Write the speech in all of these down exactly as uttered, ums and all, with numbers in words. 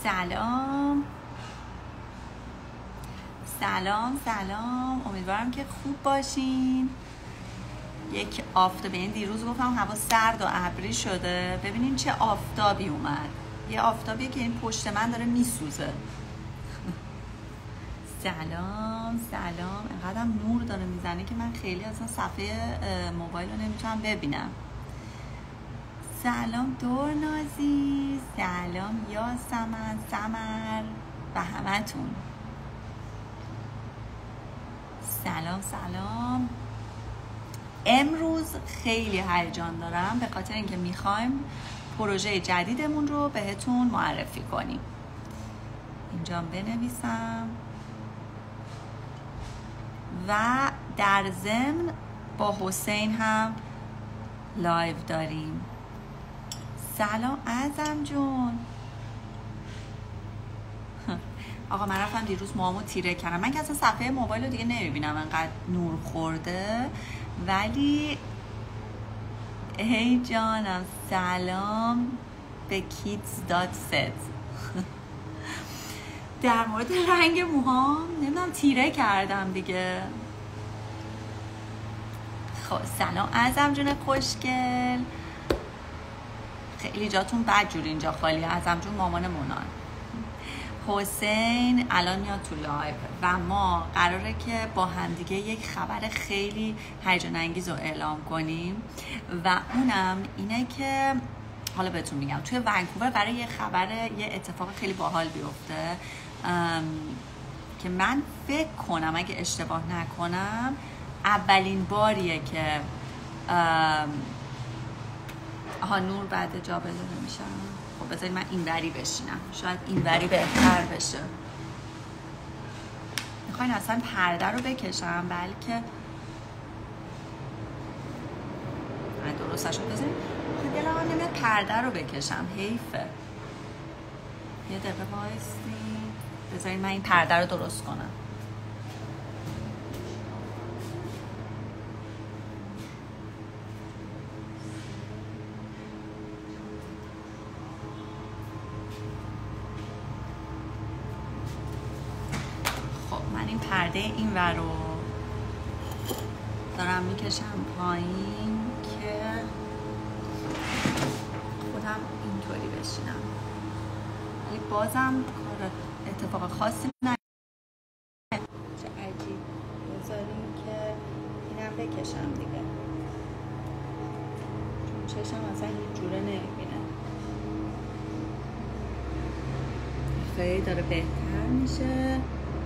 سلام سلام سلام، امیدوارم که خوب باشین. یک آفتابی، این دیروز گفتم هوا سرد و ابری شده، ببینین چه آفتابی اومد. یه آفتابیه که این پشت من داره میسوزه. سلام سلام، اینقدرم نور داره میزنه که من خیلی اصلا صفحه موبایل رو نمیتونم ببینم. سلام دورنازی، سلام یاسمن، سمر و همتون. سلام سلام. امروز خیلی هیجان دارم به خاطر اینکه میخوایم پروژه جدیدمون رو بهتون معرفی کنیم. اینجا بنویسم. و در ضمن با حسین هم لایو داریم. سلام اعظم جون. آقا من رفتم دیروز موامو تیره کردم. من که اصلا صفحه موبایل رو دیگه نمیبینم، انقدر نور خورده. ولی هی جانم، سلام به کیدز دات ست. در مورد رنگ موهام نمیدونم تیره کردم دیگه. خب سلام اعظم جون خوشگل. خیلی جاتون بدجور اینجا خالی. اعظم جون مامان منان. حسین الان میاد تو لایو و ما قراره که با همدیگه یک خبر خیلی هیجان انگیز رو اعلام کنیم و اونم اینه که حالا بهتون میگم توی ونکوور برای یه خبر یه اتفاق خیلی باحال بیفته که من فکر کنم اگه اشتباه نکنم اولین باریه که آها نور بعد جا بذاره میشم. خب بذارید من اینوری بشینم، شاید اینوری بهتر بشه. میخواین اصلا پرده رو بکشم بلکه من درستش رو بذاریم. خب دلم هم نمیاد پرده رو بکشم، حیفه. یه دقیقه وایستی، بذارید من این پرده رو درست کنم. پرده این ور رو دارم میکشم پایین که خودم اینطوری بشینم، ولی بازم کار اتفاق خاصی نه. چه عجیب. بذاریم که اینم بکشم دیگه، چون چشم اصلا هیچ جوره نمیبینه. خیلی داره بهتر میشه.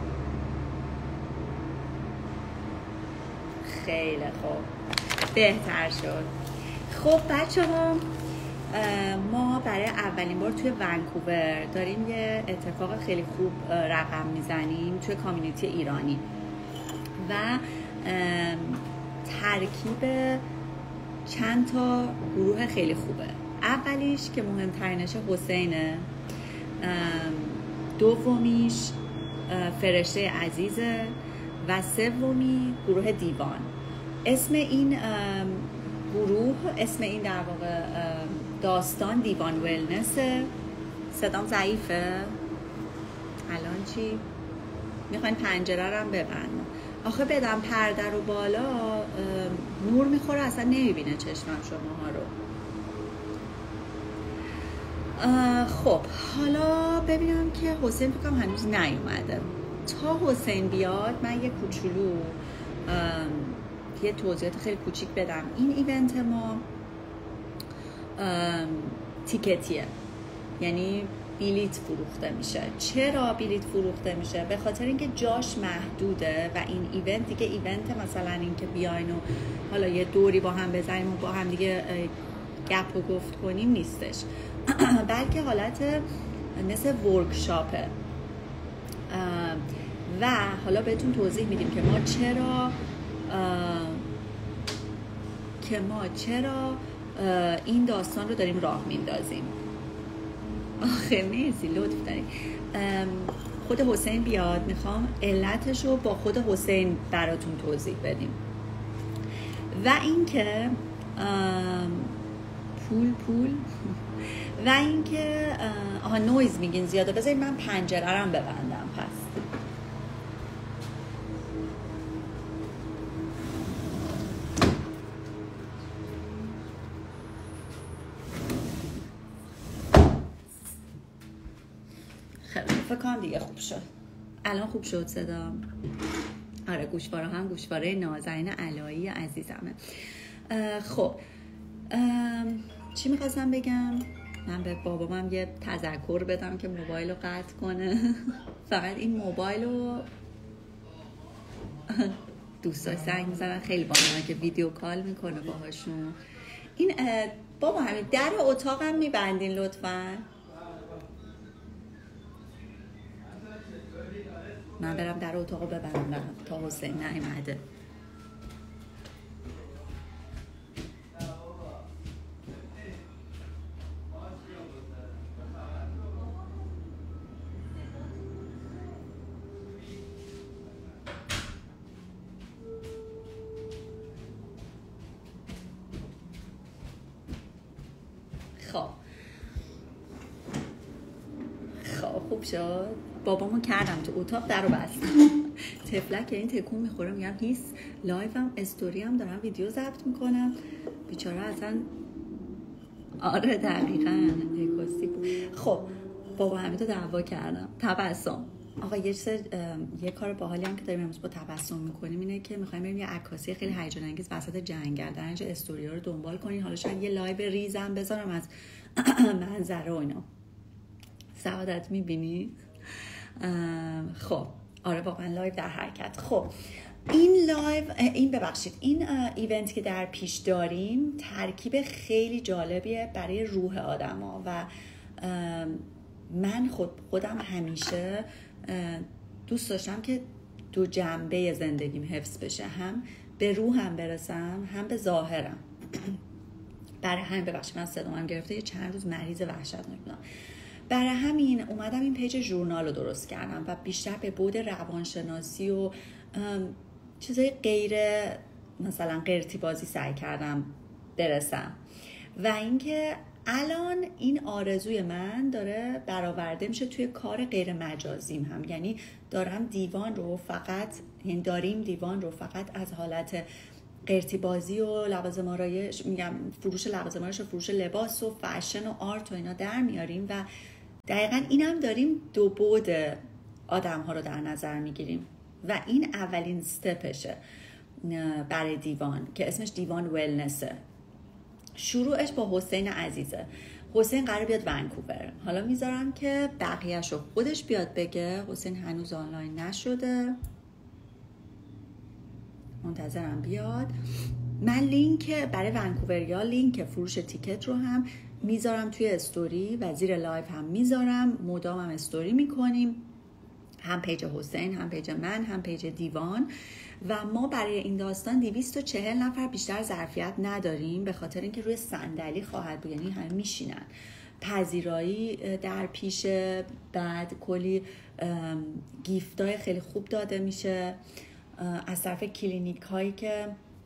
خیلی خوب، بهتر شد. خب بچه ها، ما برای اولین بار توی ونکوور داریم یه اتفاق خیلی خوب رقم میزنیم توی کامیونیتی ایرانی و ترکیب چند تا گروه خیلی خوبه. اولیش که مهمترینش حسینه، دومیش فرشته عزیزه و سومی گروه دیوان. اسم این گروه، اسم این در واقع داستان دیوان ولنسه. صدام ضعیفه الان. چی میخواین؟ پنجره رو هم ببندم. آخه بدم پرده رو بالا نور میخوره، اصلا نمیبینه چشمم شماها رو. خب حالا ببینم که حسین فکرم هنوز نیومده. تا حسین بیاد من یه کوچولو یه توضیحات خیلی کوچیک بدم. این ایونت ما تیکتیه، یعنی بلیت فروخته میشه. چرا بلیت فروخته میشه؟ به خاطر اینکه جاش محدوده و این ایونت دیگه ایونت مثلا این که بیاین و حالا یه دوری با هم بزنیم و با هم دیگه گپ و گفت کنیم نیستش، بلکه حالت مثل ورکشاپه. و حالا بهتون توضیح میدیم که ما چرا که ما چرا این داستان رو داریم راه میندازیم. آخه مرسی، لطف داریم. خود حسین بیاد، میخوام علتش رو با خود حسین براتون توضیح بدیم. و اینکه پول پول و اینکه آها نویز میگین زیاده، بذارید من پنجره رو ببندم. پس خیلی فکر کنم دیگه خوب شد. الان خوب شد صدا. آره گوشواره هم گوشواره نازنین علایی عزیزمه. خب چی میخواستم بگم؟ من به بابامم یه تذکر بدم که موبایل رو قطع کنه. فقط این موبایل رو دوستاش زنگ میزنن خیلی با من که ویدیو کال میکنه باهاشون. این بابا همین در اتاقم میبندین لطفاً. من برم در اتاقو ببندم تا حسین نیومده. خب خب خوب شد. بابامو کردم تو اتاق در رو بستم. تفلک این تکون میخوره میگم هیس لایفم استوری هم دارم ویدیو ضبط میکنم بیچاره اصلا. آره دقیقاً یکوسی بود. خب بابا همیتو دعوا کردم. تبسم آقا یه چیز یه کار باحالی هم که داریم امروز با تبسم میکنیم اینه که میخوایم بریم یه عکاسی خیلی هیجان انگیز وسط جنگل در اینجا استوری ها رو دنبال کنین. حالا شاید یه لایو ریزم بذارم از منظره و اینا. سعادت میبینی؟ خب آره واقعا لایو در حرکت. خب این لایو این ببخشید این ایونت که در پیش داریم ترکیب خیلی جالبیه برای روح آدم ها و من خود خودم همیشه دوست داشتم که دو جنبه زندگیم حفظ بشه، هم به روحم برسم هم به ظاهرم. برای همین ببخشید من صدامم گرفته، یه چند روز مریض وحشتناک بودم. برای همین اومدم این پیج ژورنال رو درست کردم و بیشتر به بعد روانشناسی و چیزای غیر مثلا قرتی بازی سعی کردم برسم و اینکه الان این آرزوی من داره برآورده میشه توی کار غیر مجازیم هم. یعنی دارم دیوان رو فقط یعنی داریم دیوان رو فقط از حالت قرتی بازی و لوازم آرایش میگم فروش لوازم آرایش و فروش لباس و فشن و آرت و اینا در میاریم و دقیقاً اینم داریم دو بعد آدم ها رو در نظر میگیریم و این اولین استپشه برای دیوان که اسمش دیوان ولنسه. شروعش با حسین عزیزه. حسین قرار بیاد ونکوور. حالا میذارم که بقیه‌شو خودش بیاد بگه. حسین هنوز آنلاین نشده، منتظرم بیاد. من لینک برای ونکووریا لینک فروش تیکت رو هم میذارم توی استوری و زیر لایو هم میذارم. مدام هم استوری میکنیم، هم پیج حسین هم پیج من هم پیج دیوان. و ما برای این داستان دویست و چهل نفر بیشتر ظرفیت نداریم به خاطر اینکه روی صندلی خواهد بود، یعنی همه میشینن. پذیرایی در پیش، بعد کلی گیفتای خیلی خوب داده میشه از طرف کلینیک هایی که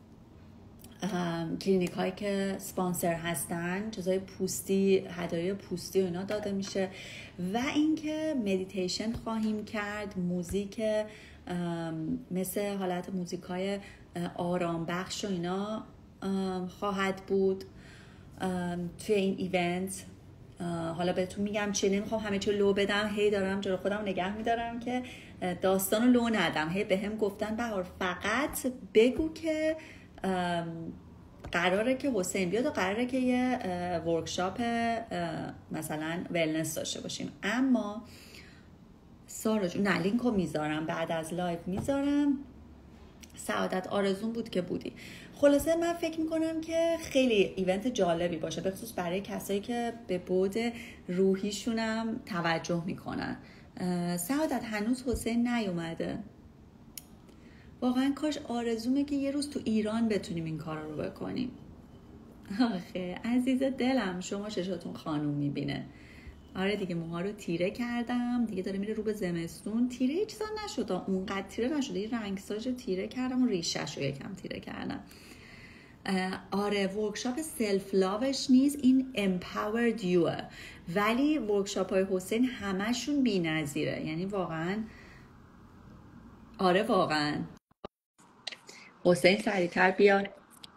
کلینیک هایی که سپانسر هستن، چیزای پوستی، هدایای پوستی و اینا داده میشه. و اینکه مدیتیشن خواهیم کرد، موزیک مثل حالت موزیک های آرام بخش و اینا خواهد بود توی این ایونت. حالا بهتون میگم چه، نمیخوام همه چی لو بدم، هی دارم جلو خودم نگه میدارم که داستان رو لو ندم. هی به هم گفتن بهار فقط بگو که قراره که حسین بیاد و قراره که یه ورکشاپ مثلا ولنس داشته باشیم. اما سارا جون نه لینک رو میذارم بعد از لایو میذارم. سعادت آرزون بود که بودی. خلاصه من فکر میکنم که خیلی ایونت جالبی باشه، به خصوص برای کسایی که به بعد روحیشونم توجه میکنن. سعادت هنوز حسین نیومده. واقعا کاش آرزومه که یه روز تو ایران بتونیم این کارا رو بکنیم. آخه عزیز دلم شما چشاتون خانوم میبینه. آره دیگه موها رو تیره کردم دیگه، داره میره رو به زمستون. تیره هیچ چیزا نشده، اونقدر تیره نشده، یه رنگساژ تیره کردم و ریشه‌شو یکم تیره کردم. آره ورکشاپ سلف لاوش نیست، این empowered youه، ولی ورکشاپ های حسین همشون بی نظیره، یعنی واقعا آره واقعا. حسین سریعتر بیاد.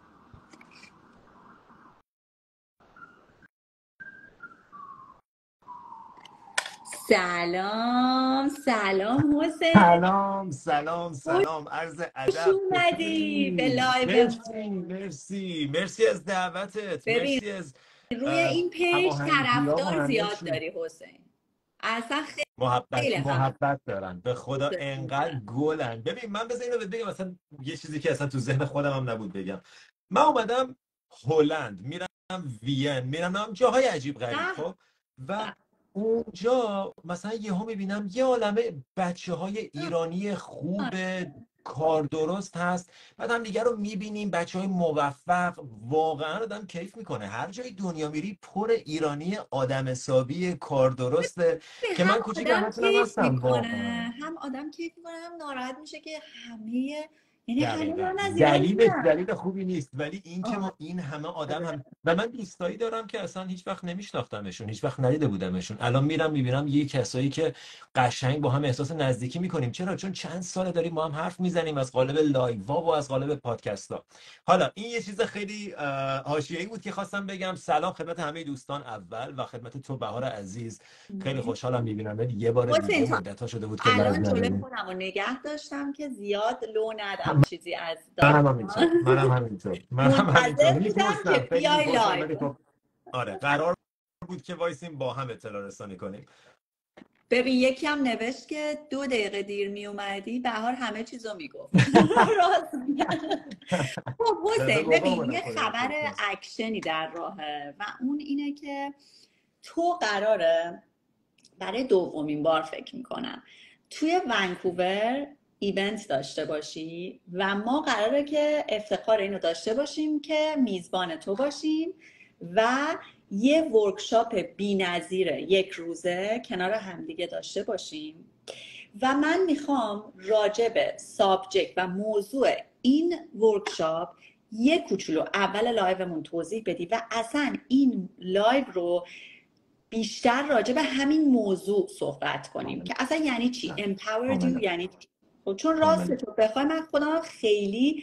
سلام سلام حسین. سلام سلام سلام، عرض خوش ادب، اومدی به چطوری؟ لایو ما. مرسی مرسی مرسی از دعوتت، ببین مرسی از روی این پیج هماهنگی ها و طرفدار همه زیاد چی. داری حسین، اصلا محبت خیلی همه محبت دارن به خدا، دوست انقدر دارن. گلن. ببین من بذار اینو بهت بگم، مثلا یه چیزی که اصلا تو ذهن خودم هم نبود بگم. من اومدم هلند، میرم وین، میرم جاهای عجیب غریب، به خب و به. اونجا مثلا یهو میبینم یه عالمه بچه های ایرانی خوب کار درست هست، بعد هم دیگه رو میبینیم بچه های موفق، واقعا آدم کیف میکنه. هر جای دنیا میری پر ایرانی آدم حسابی کار درسته که هم من کوچیکم آدم همتونم کیف هستم میکنه، واقعا. هم آدم کیف میکنه، هم ناراحت میشه که همه، یعنی همه دقیقا دارن از ایران دلیلش میرن. دلیل خوبی نیست، ولی این که ما این همه آدم هم و من دوستایی دارم که اصلا هیچ وقت نمیشناختمشون، هیچ وقت ندیده بودمشون، الان میرم میبینم یه کسایی که قشنگ با هم احساس نزدیکی میکنیم. چرا؟ چون چند ساله داریم ما هم حرف میزنیم از قالب لایوها و از قالب پادکستا. حالا این یه چیز خیلی اه، حاشیه‌ای بود که خواستم بگم. سلام خدمت همه دوستان اول و خدمت تو بهار عزیز، خیلی خوشحالم میبینم یه بار دیگه، حسین تا مدت‌ها شده بود که لایو الان جلوی نداریم. خودم رو نگه داشتم که زیاد لو ندم چیزی از منم داستان. همینطور منم همینطور منم همینطور منتظر بودم که میپرسم، خیلی بیای میپرسم، ولی لایو. خب آره قرار بود که وایسیم با هم اطلاع رسانی کنیم. ببین یکی هم نوشت که دو دقیقه دیر می اومدی بهار همه چیزو میگفت. راست میگن. خب بذار حسین ببین قربونت یه خدا خبر بفرستم. اکشنی در راهه و اون اینه که تو قراره برای دومین بار فکر میکنم توی ونکوور ایونت داشته باشی و ما قراره که افتخار اینو داشته باشیم که میزبان تو باشیم و یه ورکشاپ بی‌نظیر یک روزه کنار همدیگه داشته باشیم و من میخوام راجع به سابجکت و موضوع این ورکشاپ یه کوچولو اول لایومون توضیح بدی و اصلا این لایو رو بیشتر راجع به همین موضوع صحبت کنیم که اصلا یعنی چی empowered you، کاملا یعنی چی. خب چون راست کاملا تو بخوای من خودم خیلی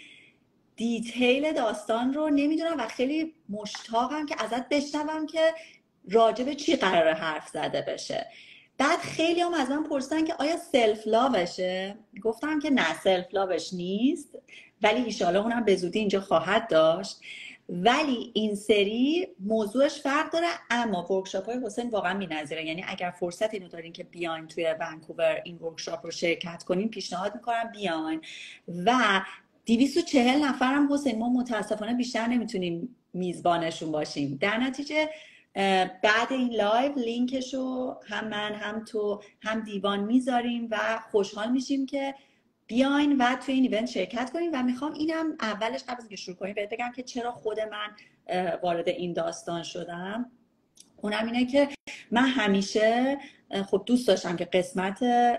دیتیل داستان رو نمیدونم و خیلی مشتاقم که ازت بشنوم که راجع به چی قراره حرف زده بشه. بعد خیلی هم از من پرسیدن که آیا سلف لاوشه؟ گفتم که نه سلف لاوش نیست، ولی ایشالا اونم به زودی اینجا خواهد داشت. ولی این سری موضوعش فرق داره، اما ورکشاپ های حسین واقعا بی‌نظیره، یعنی اگر فرصت اینو دارین که بیاین توی ونکوور این ورکشاپ رو شرکت کنین پیشنهاد میکنم بیاین. و دویست و چهل نفرم حسین ما متاسفانه بیشتر نمیتونیم میزبانشون باشیم، در نتیجه بعد این لایو لینکشو هم من هم تو هم دیوان میذاریم و خوشحال میشیم که بیاین و توی این ایونت شرکت کنین. و میخوام اینم اولش قبل از اینکه شروع کنیم بهت بگم که چرا خود من وارد این داستان شدم. اونم اینه که من همیشه خب دوست داشتم که قسمت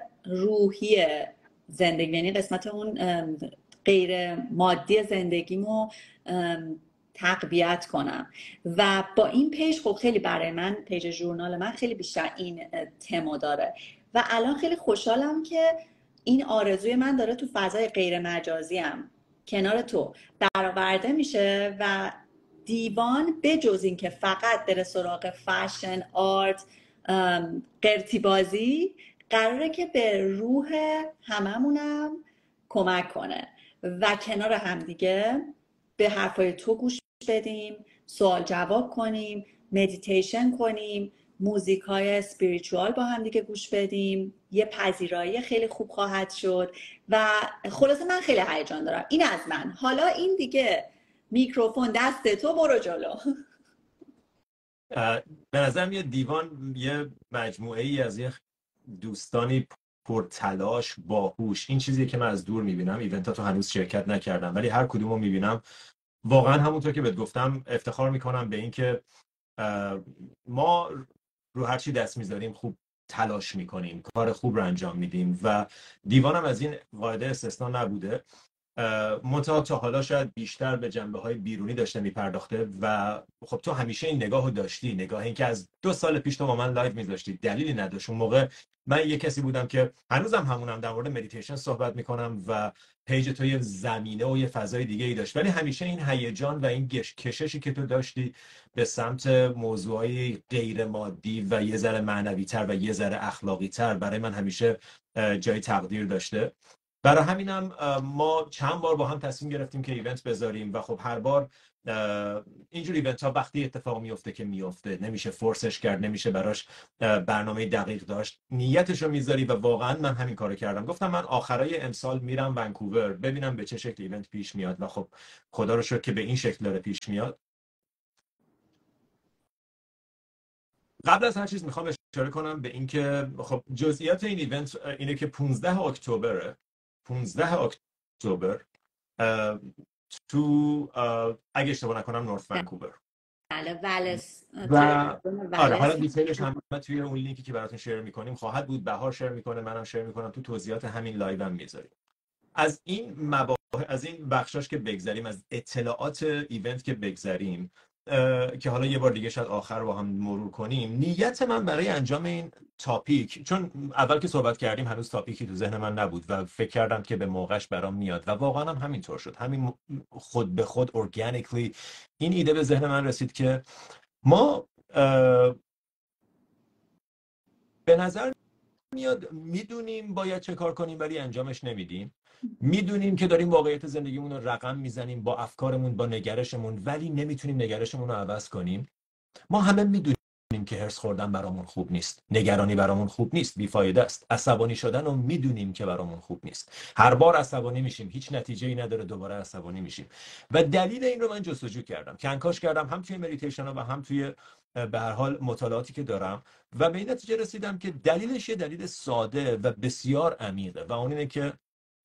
روحی زندگی، یعنی قسمت اون غیر مادی زندگیمو تقویت کنم و با این پیج خب خیلی برای من، پیج ژورنال من خیلی بیشتر این تما داره و الان خیلی خوشحالم که این آرزوی من داره تو فضای غیر مجازی هم کنار تو برآورده میشه و دیوان بجز این که فقط بره سراغ فشن آرت قرتی بازی قراره که به روح هممونم کمک کنه و کنار همدیگه به حرفای تو گوش بدیم، سوال جواب کنیم، مدیتیشن کنیم، موزیک های اسپریچوال با هم دیگه گوش بدیم، یه پذیرایی خیلی خوب خواهد شد و خلاصه من خیلی هیجان دارم. این از من. حالا این دیگه میکروفون دست تو، برو جلو. به نظرم یه دیوان یه مجموعه ای از یه دوستانی پرتلاش باهوش، این چیزیه که من از دور میبینم. ایونتاتو هنوز شرکت نکردم ولی هر کدومو میبینم واقعا همونطور که بهت گفتم افتخار میکنم به این که ما رو هر چی دست میذاریم خوب تلاش میکنیم، کار خوب رو انجام میدیم و دیوانم از این قاعده استثنا نبوده. منتها تا حالا شاید بیشتر به جنبه های بیرونی داشته میپرداخته و خب تو همیشه این نگاه رو داشتی، نگاه این که از دو سال پیش تو با من لایو میذاشتی، دلیلی نداشت. اون موقع من یه کسی بودم که هنوزم همونم، در مورد مدیتیشن صحبت میکنم و پیج تو یه زمینه و یه فضای دیگه ای داشت، ولی همیشه این هیجان و این کششی که تو داشتی به سمت موضوعای غیر مادی و یه ذره معنوی تر و یه ذره اخلاقی تر برای من همیشه جای تقدیر داشته. برای همینم ما چند بار با هم تصمیم گرفتیم که ایونت بذاریم و خب هر بار اینجور ایونت ها وقتی اتفاق میفته که میفته، نمیشه فورسش کرد، نمیشه براش برنامه دقیق داشت، نیتش رو میذاری و واقعا من همین کارو کردم. گفتم من آخرای امسال میرم ونکوور ببینم به چه شکل ایونت پیش میاد و خب خدا رو شکر که به این شکل داره پیش میاد. قبل از هر چیز میخوام اشاره کنم به اینکه خب جزئیات این ایونت اینه که پانزده اکتبر پانزده اکتبر تو اگه اشتباه نکنم نورث ونکوور. بله ولس. و آره حالا دیتیلش هم توی اون لینکی که براتون شیر میکنیم خواهد بود. بهار شیر میکنه، منم شیر میکنم، تو توضیحات همین لایو هم میذاریم. از این مباحث، از این بخشاش که بگذریم، از اطلاعات ایونت که بگذریم، که حالا یه بار دیگه شاید آخر با هم مرور کنیم. نیت من برای انجام این تاپیک، چون اول که صحبت کردیم هنوز تاپیکی تو ذهن من نبود و فکر کردم که به موقعش برام میاد و واقعا هم همینطور شد. همین خود به خود ارگانیکلی این ایده به ذهن من رسید که ما به نظر میاد میدونیم باید چه کار کنیم ولی انجامش نمیدیم. میدونیم که داریم واقعیت زندگیمون رو رقم میزنیم با افکارمون، با نگرشمون، ولی نمیتونیم نگرشمون رو عوض کنیم. ما همه میدونیم که هرس خوردن برامون خوب نیست، نگرانی برامون خوب نیست، بیفایده است. عصبانی شدن رو میدونیم که برامون خوب نیست. هر بار عصبانی میشیم، هیچ نتیجه‌ای نداره، دوباره عصبانی میشیم. و دلیل این رو من جستجو کردم، کنکاش کردم، هم توی مدیتیشن ها و هم توی به هر حال مطالعاتی که دارم و به این نتیجه رسیدم که دلیلش یه دلیل ساده و بسیار عمیقه و اون اینه که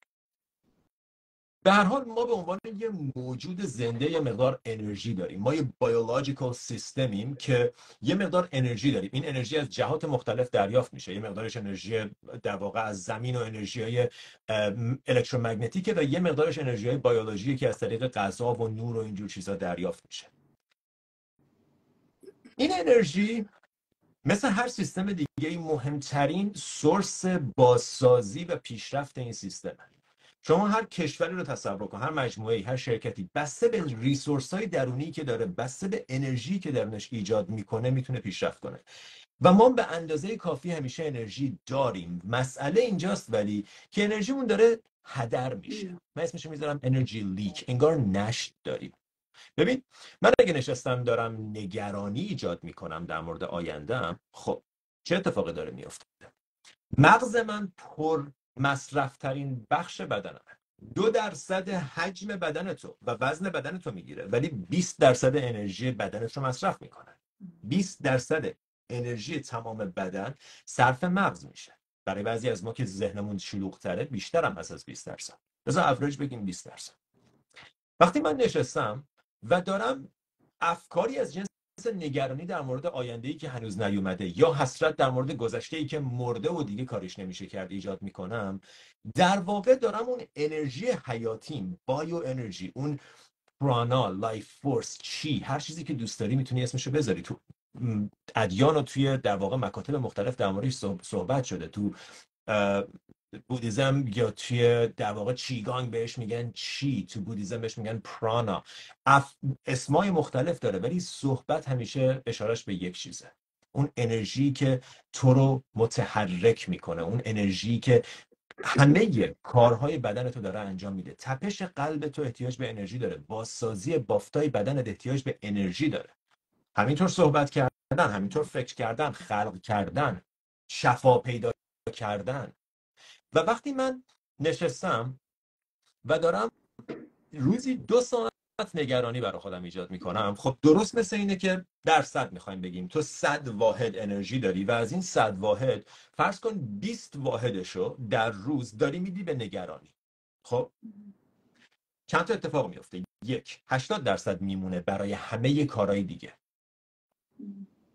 به هر حال ما به عنوان یه موجود زنده یه مقدار انرژی داریم. ما یه بیولوژیکال سیستمیم که یه مقدار انرژی داریم. این انرژی از جهات مختلف دریافت میشه. یه مقدارش انرژی در واقع از زمین و انرژی های الکترومگنتیکه و یه مقدارش انرژی های بیولوژیه که از طریق غذا و نور و اینجور چیزا دریافت میشه. این انرژی مثل هر سیستم دیگه مهمترین سورس بازسازی و پیشرفت این سیستمه. شما هر کشوری رو تصور کن، هر مجموعه‌ای، هر شرکتی، بسته به ریسورس‌های درونی که داره، بسته به انرژی که درونش ایجاد میکنه، میتونه پیشرفت کنه. و ما به اندازه کافی همیشه انرژی داریم. مسئله اینجاست ولی که انرژیمون داره هدر میشه. من اسمش رو میذارم انرژی لیک. انگار نشت داریم. ببین من اگه نشستم دارم نگرانی ایجاد میکنم در مورد آینده‌ام، خب چه اتفاقی داره میفته؟ مغز من پر مصرف ترین بخش بدنم دو درصد حجم بدن تو و وزن بدن تو میگیره، ولی بیست درصد انرژی بدنت رو مصرف میکنه. بیست درصد انرژی تمام بدن صرف مغز میشه. برای بعضی از ما که ذهنمون شلوغ تره بیشتر هم هست از بیست درصد. بذار اوریج بگیم بیست درصد. وقتی من نشستم و دارم افکاری از جنس نگرانی در مورد آینده‌ای که هنوز نیومده یا حسرت در مورد گذشته‌ای که مرده و دیگه کاریش نمیشه کرد ایجاد میکنم، در واقع دارم اون انرژی حیاتیم، بایو انرژی، اون پرانا، لایف فورس، چی، هر چیزی که دوست داری میتونی اسمشو بذاری. تو ادیان و توی در واقع مکاتب مختلف در موردش صحبت شده. تو بودیزم یا توی در واقع چیگانگ بهش میگن چی، تو بودیزم بهش میگن پرانا. اف... اسمای مختلف داره ولی صحبت همیشه اشارش به یک چیزه، اون انرژی که تو رو متحرک میکنه، اون انرژی که همه کارهای بدن تو داره انجام میده. تپش قلب تو احتیاج به انرژی داره، بازسازی بافتای بدنت احتیاج به انرژی داره. همینطور صحبت کردن، همینطور فکر کردن، خلق کردن، شفا پیدا کردن. و وقتی من نشستم و دارم روزی دو ساعت نگرانی برای خودم ایجاد میکنم، خب درست مثل اینه که درصد میخوایم بگیم تو صد واحد انرژی داری و از این صد واحد فرض کن بیست واحدشو در روز داری میدی به نگرانی. خب چند تا اتفاق میفته؟ یک، هشتاد درصد میمونه برای همه کارهای دیگه.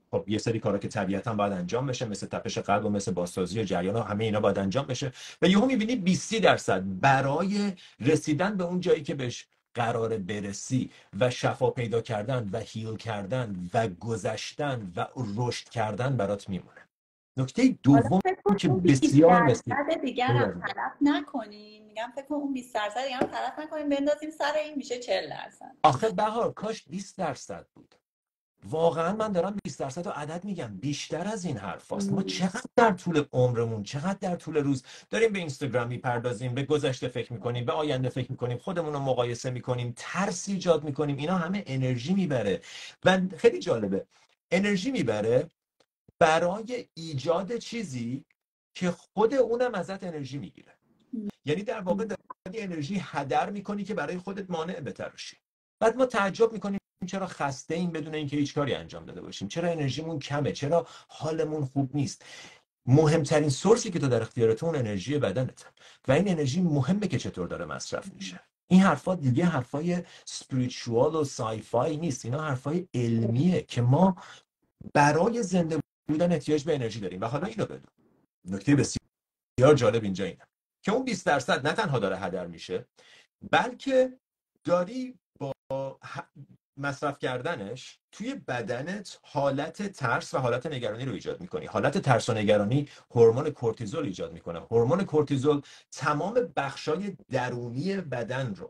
خب یه سری کارا که طبیعتا باید انجام بشه، مثل تپش قلب و مثل بازسازی و جریان، همه اینا باید انجام بشه و یهو میبینی بیست درصد برای رسیدن به اون جایی که بهش قرار برسی و شفا پیدا کردن و هیل کردن و گذشتن و رشد کردن برات میمونه. نکته حالا دوم فکر کن که اون بیست بسیار مثل درصد دیگر هم تلف نکنیم، میگم فکر کن اون بیست درصد دیگر هم تلف نکنیم، بندازیم سر این، میشه چهل درصد. آخه بهار کاش بیست درصد بود. واقعا من دارم بیست درصد رو عدد میگم، بیشتر از این حرف هست. ما چقدر در طول عمرمون، چقدر در طول روز داریم به اینستاگرام میپردازیم، به گذشته فکر میکنیم، به آینده فکر میکنیم، خودمون رو مقایسه میکنیم، ترس ایجاد میکنیم. اینا همه انرژی میبره و خیلی جالبه، انرژی میبره برای ایجاد چیزی که خود اونم ازت انرژی میگیره. یعنی در واقع داری انرژی هدر میکنی که برای خودت مانع بتراشی. بعد ما تعجب میکنیم چرا خسته ایم بدون اینکه هیچ کاری انجام داده باشیم، چرا انرژیمون کمه، چرا حالمون خوب نیست. مهمترین سورسی که تو در اختیارت اون انرژی بدنت و این انرژی مهمه که چطور داره مصرف میشه. این حرفا دیگه حرفای اسپریچوال و سای فای نیست، اینا حرفای علمیه که ما برای زنده بودن احتیاج به انرژی داریم. و حالا اینو بدون، نکته بسیار جالب اینجا اینه که اون بیست درصد نه تنها داره هدر میشه، بلکه داری با مصرف کردنش توی بدنت حالت ترس و حالت نگرانی رو ایجاد میکنی. حالت ترس و نگرانی هورمون کورتیزول ایجاد میکنه. هورمون کورتیزول تمام بخشای درونی بدن رو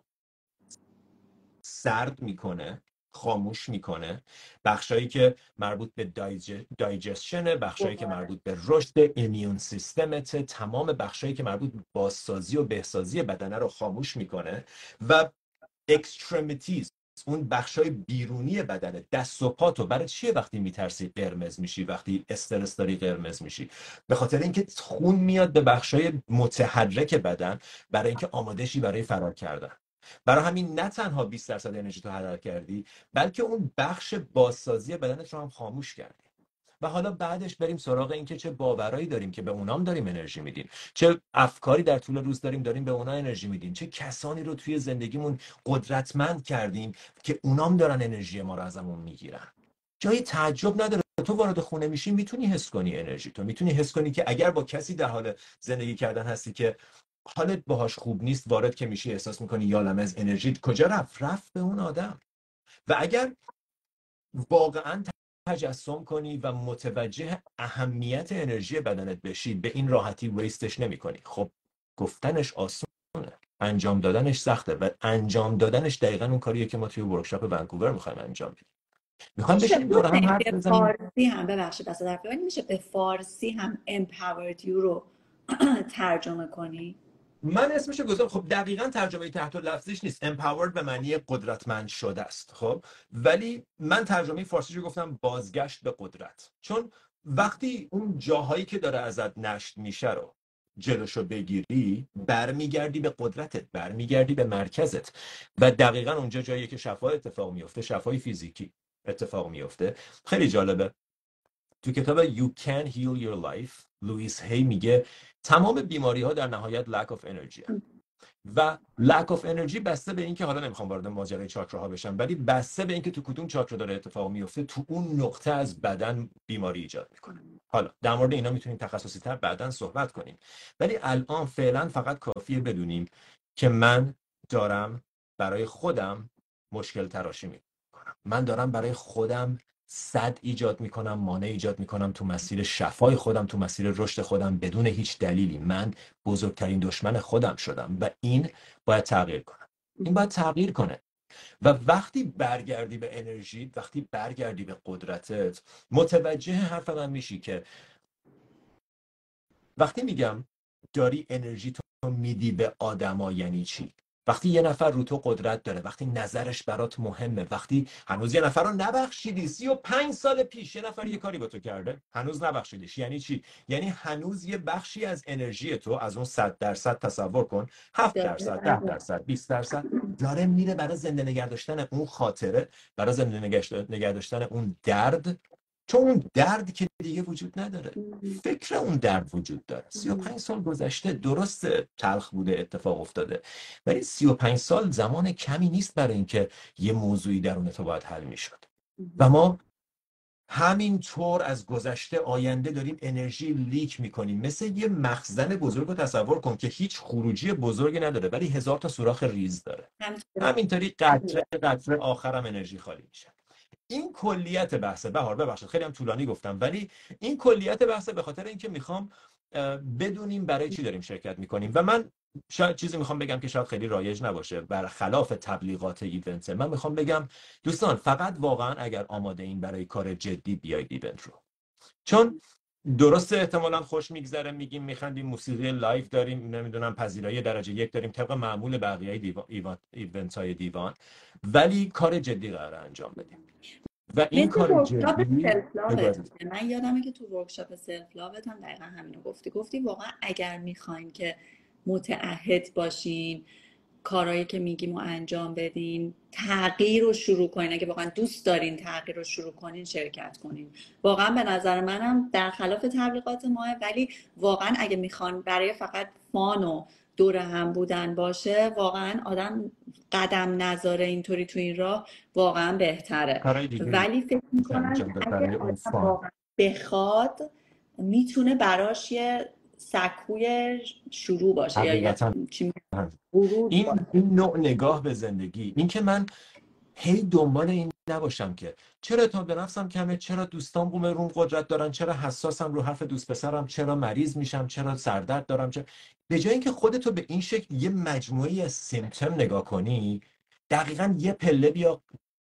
سرد میکنه، خاموش میکنه. بخشایی که مربوط به دایجستشنه، بخشایی که مربوط به رشد ایمیون سیستمت، تمام بخشایی که مربوط به بازسازی و بهسازی بدنه رو خاموش میکنه. و اکسترمیتیز، اون بخشای بیرونی بدنه، دست و پاتو، برای چیه وقتی میترسی قرمز میشی، وقتی استرس داری قرمز میشی؟ به خاطر اینکه خون میاد به بخشای متحرک بدن برای اینکه آماده شی برای فرار کردن. برای همین نه تنها بیست درصد انرژی تو هدر کردی، بلکه اون بخش بازسازی بدنت رو هم خاموش کردی. و حالا بعدش بریم سراغ این که چه باورایی داریم که به اونام داریم انرژی میدیم، چه افکاری در طول روز داریم داریم به اونا انرژی میدیم، چه کسانی رو توی زندگیمون قدرتمند کردیم که اونام دارن انرژی ما رو ازمون میگیرن. جایی تعجب نداره تو وارد خونه میشی میتونی حس کنی انرژی، تو میتونی حس کنی که اگر با کسی در حال زندگی کردن هستی که حالت باهاش خوب نیست، وارد که میشی احساس میکنی یا لمز انرژی کجا رفت رفت به اون آدم. و اگر واقعا تجسم کنی و متوجه اهمیت انرژی بدنت بشی، به این راحتی ویستش نمی کنی. خب گفتنش آسونه، انجام دادنش سخته و انجام دادنش دقیقا اون کاریه که ما توی ورکشاپ ونکوور میخوایم انجام بدیم. میخوایم میشه بشینیم دور هم حسین حرف به بزنیم. فارسی هم، ببخشید دست در ولی میشه به فارسی هم empowered you رو ترجمه کنی؟ من اسمش رو گذاشتم، خب دقیقاً ترجمه تحت لفظیش نیست، empowered به معنی قدرتمند شده است، خب ولی من ترجمه فارسیش رو گفتم بازگشت به قدرت. چون وقتی اون جاهایی که داره ازت نشت میشه رو جلوشو بگیری، برمیگردی به قدرتت، برمیگردی به مرکزت و دقیقاً اونجا جاییه که شفا اتفاق میفته، شفای فیزیکی اتفاق میفته. خیلی جالبه، تو کتاب You Can Heal Your Life لوئیس هی میگه تمام بیماری ها در نهایت lack of energy هست. و lack of energy بسته به اینکه، حالا نمیخوام وارد ماجرای چاکراها بشم، ولی بسته به اینکه تو کدوم چاکرا داره اتفاق میفته، تو اون نقطه از بدن بیماری ایجاد میکنه. حالا در مورد اینا میتونیم تخصصی تر بعداً صحبت کنیم، ولی الان فعلا فقط کافیه بدونیم که من دارم برای خودم مشکل تراشی میکنم، من دارم برای خودم صد ایجاد میکنم، مانع ایجاد میکنم تو مسیر شفای خودم، تو مسیر رشد خودم بدون هیچ دلیلی. من بزرگترین دشمن خودم شدم و این باید تغییر کنه. این باید تغییر کنه. و وقتی برگردی به انرژی، وقتی برگردی به قدرتت، متوجه حرف من میشی که وقتی میگم داری انرژی تو میدی به آدما یعنی چی؟ وقتی یه نفر رو تو قدرت داره، وقتی نظرش برات مهمه، وقتی هنوز یه نفر رو نبخشیدی، سی و پنج سال پیش یه نفر یه کاری با تو کرده هنوز نبخشیدیش، یعنی چی؟ یعنی هنوز یه بخشی از انرژی تو، از اون صد درصد تصور کن، هفت درصد، ده درصد، بیست درصد داره میره برای زنده نگه داشتن اون خاطره، برای زنده نگه داشتن اون درد. چون اون درد که دیگه وجود نداره، فکر اون درد وجود داره. سی و پنج سال گذشته، درست تلخ بوده، اتفاق افتاده، ولی سی و پنج سال زمان کمی نیست برای اینکه یه موضوعی درون تو باید حل میشد. و ما همینطور از گذشته آینده داریم انرژی لیک میکنیم. مثل یه مخزن بزرگ رو تصور کن که هیچ خروجی بزرگی نداره ولی هزار تا سوراخ ریز داره. همینطوری قطره قطره آخرم انرژی خالی میشه. این کلیت بحثه. بهار ببخشید خیلی هم طولانی گفتم، ولی این کلیت بحثه به خاطر اینکه میخوام بدونیم برای چی داریم شرکت میکنیم. و من شاید چیزی میخوام بگم که شاید خیلی رایج نباشه، برخلاف تبلیغات ایونت. من میخوام بگم دوستان فقط واقعا اگر آماده این برای کار جدی بیاید ایونت رو. چون درسته احتمالاً خوش میگذره، میگیم میخندیم، موسیقی لایو داریم، نمیدونم پذیرایی درجه یک داریم طبق معمول بقیه دیوان ایونت های دیوان، ولی کار جدی قراره انجام بدیم. و این مثل کار ورکشاپ جدی سلف لاوت. من یادمه که تو ورکشاپ سلف لاوت هم دقیقا همینو گفتی گفتی واقعا اگر میخواین که متعهد باشین، کارهایی که میگیم رو انجام بدین، تغییر رو شروع کنین، اگه واقعا دوست دارین تغییر رو شروع کنین شرکت کنین. واقعا به نظر منم در خلاف تبلیغات ماه، ولی واقعا اگه میخوان برای فقط فان و دور هم بودن باشه، واقعا آدم قدم نذاره اینطوری تو این راه واقعا بهتره. کارهای دیگه ولی فکر میکنم انجام که داد اگه برای اون آدم فان. واقعا بخواد میتونه براش یه سکوی شروع باشه یا یه حقیقتا چی ورود این باشه. این نوع نگاه به زندگی، این که من هی دنبال این نباشم که چرا اعتماد به نفسم کمه، چرا دوستان بوم روم قدرت دارن، چرا حساسم رو حرف دوست پسرم، چرا مریض میشم، چرا سردرد دارم، چرا... به جای اینکه خودتو به این شکل یه مجموعه از سیمپتوم نگاه کنی، دقیقاً یه پله بیا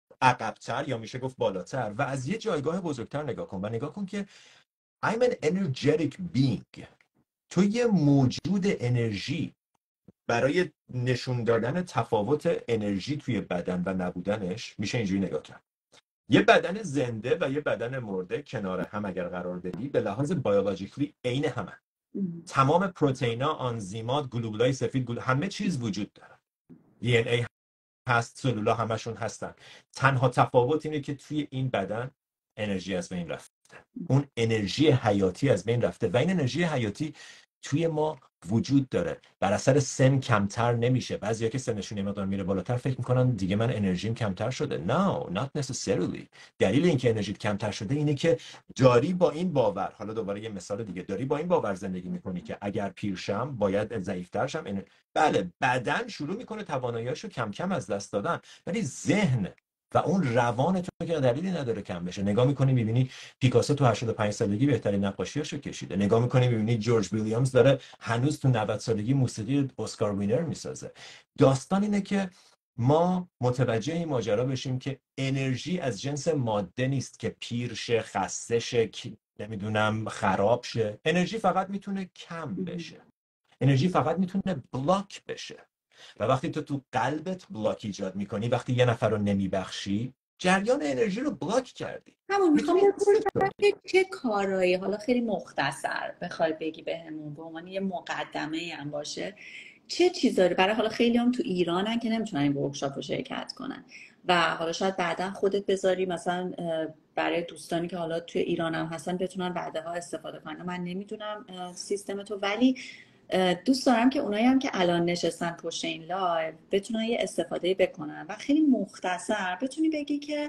عقب‌تر یا میشه گفت بالاتر و از یه جایگاه بزرگتر نگاه کن و نگاه کن که I'm an energetic being. تو یه موجود انرژی. برای نشون دادن تفاوت انرژی توی بدن و نبودنش میشه اینجوری نگاه کرد. یه بدن زنده و یه بدن مرده کنار هم اگر قرار بدی به لحاظ بیولوژیکلی عین همه. تمام پروتئینا، آنزیمات، گلوبولای سفید، گلو... همه چیز وجود داره. دی ان ای هست، سلولا همشون هستن. تنها تفاوت اینه که توی این بدن انرژی از بین رفته. اون انرژی حیاتی از بین رفته و این انرژی حیاتی توی ما وجود داره. بر اثر سن کمتر نمیشه. بعضیا که سنشون یه مقدار میره بالاتر فکر میکنن دیگه من انرژیم کمتر شده. No, not necessarily. دلیل اینکه انرژیت کمتر شده اینه که داری با این باور، حالا دوباره یه مثال دیگه، داری با این باور زندگی میکنی که اگر پیرشم باید ضعیفتر شم. این... بله، بدن شروع میکنه تواناییاشو کم کم از دست دادن، ولی ذهن و اون روان تو که دلیلی نداره کم بشه. نگاه میکنی میبینی پیکاسو تو هشتاد و پنج سالگی بهترین نقاشیاشو کشیده. نگاه میکنی میبینی جورج ویلیامز داره هنوز تو نود سالگی موسیقی اسکار وینر میسازه. داستان اینه که ما متوجه این ماجرا بشیم که انرژی از جنس ماده نیست که پیر شه، خسته شه، نمیدونم خراب شه. انرژی فقط میتونه کم بشه. انرژی فقط میتونه بلاک بشه. و وقتی تو تو قلبت بلاک ایجاد میکنی، وقتی یه نفر رو نمیبخشی، جریان انرژی رو بلاک کردی. همون میخوام میتونی بپرسم که چه کارهایی، حالا خیلی مختصر بخوای بگی بهمون، به عنوان یه مقدمه هم باشه، چه چیزایی برای، حالا خیلی هم تو ایرانن که نمیتونن این ورکشاپ رو شرکت کنن و حالا شاید بعدا خودت بذاری مثلا برای دوستانی که حالا توی ایران هم هستن بتونن بعدها استفاده کنن. من نمیدونم سیستم تو، ولی دوست دارم که اونایی هم که الان نشستن پشت این لایو بتونن یه استفاده بکنن و خیلی مختصر بتونی بگی که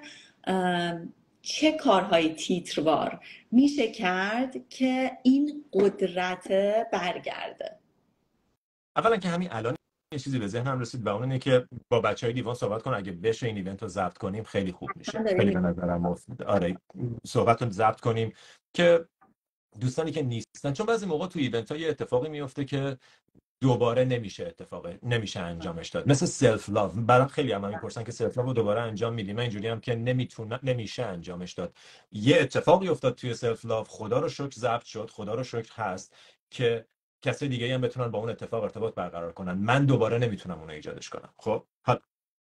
چه کارهای تیتروار میشه کرد که این قدرت برگرده. اولا که همین الان یه چیزی به ذهنم رسید و اون اینه که با بچهای دیوان صحبت کنم اگه بشه این ایونت رو ضبط کنیم خیلی خوب میشه. خیلی به نظرم مفید. آره صحبت رو ضبط کنیم که دوستانی که نیستن، چون بعضی موقع تو ایونت ها یه اتفاقی میفته که دوباره نمیشه اتفاق نمیشه انجامش داد. مثل سلف لاو، برام خیلی هم میپرسن که سلف لاو رو دوباره انجام میدیم. من اینجوری هم که نمیتونه نمیشه انجامش داد. یه اتفاقی افتاد توی سلف لاو، خدا رو شکر ضبط شد، خدا رو شکر هست که کسی دیگه هم بتونن با اون اتفاق ارتباط برقرار کنن. من دوباره نمیتونم اون رو ایجادش کنم. خب حالا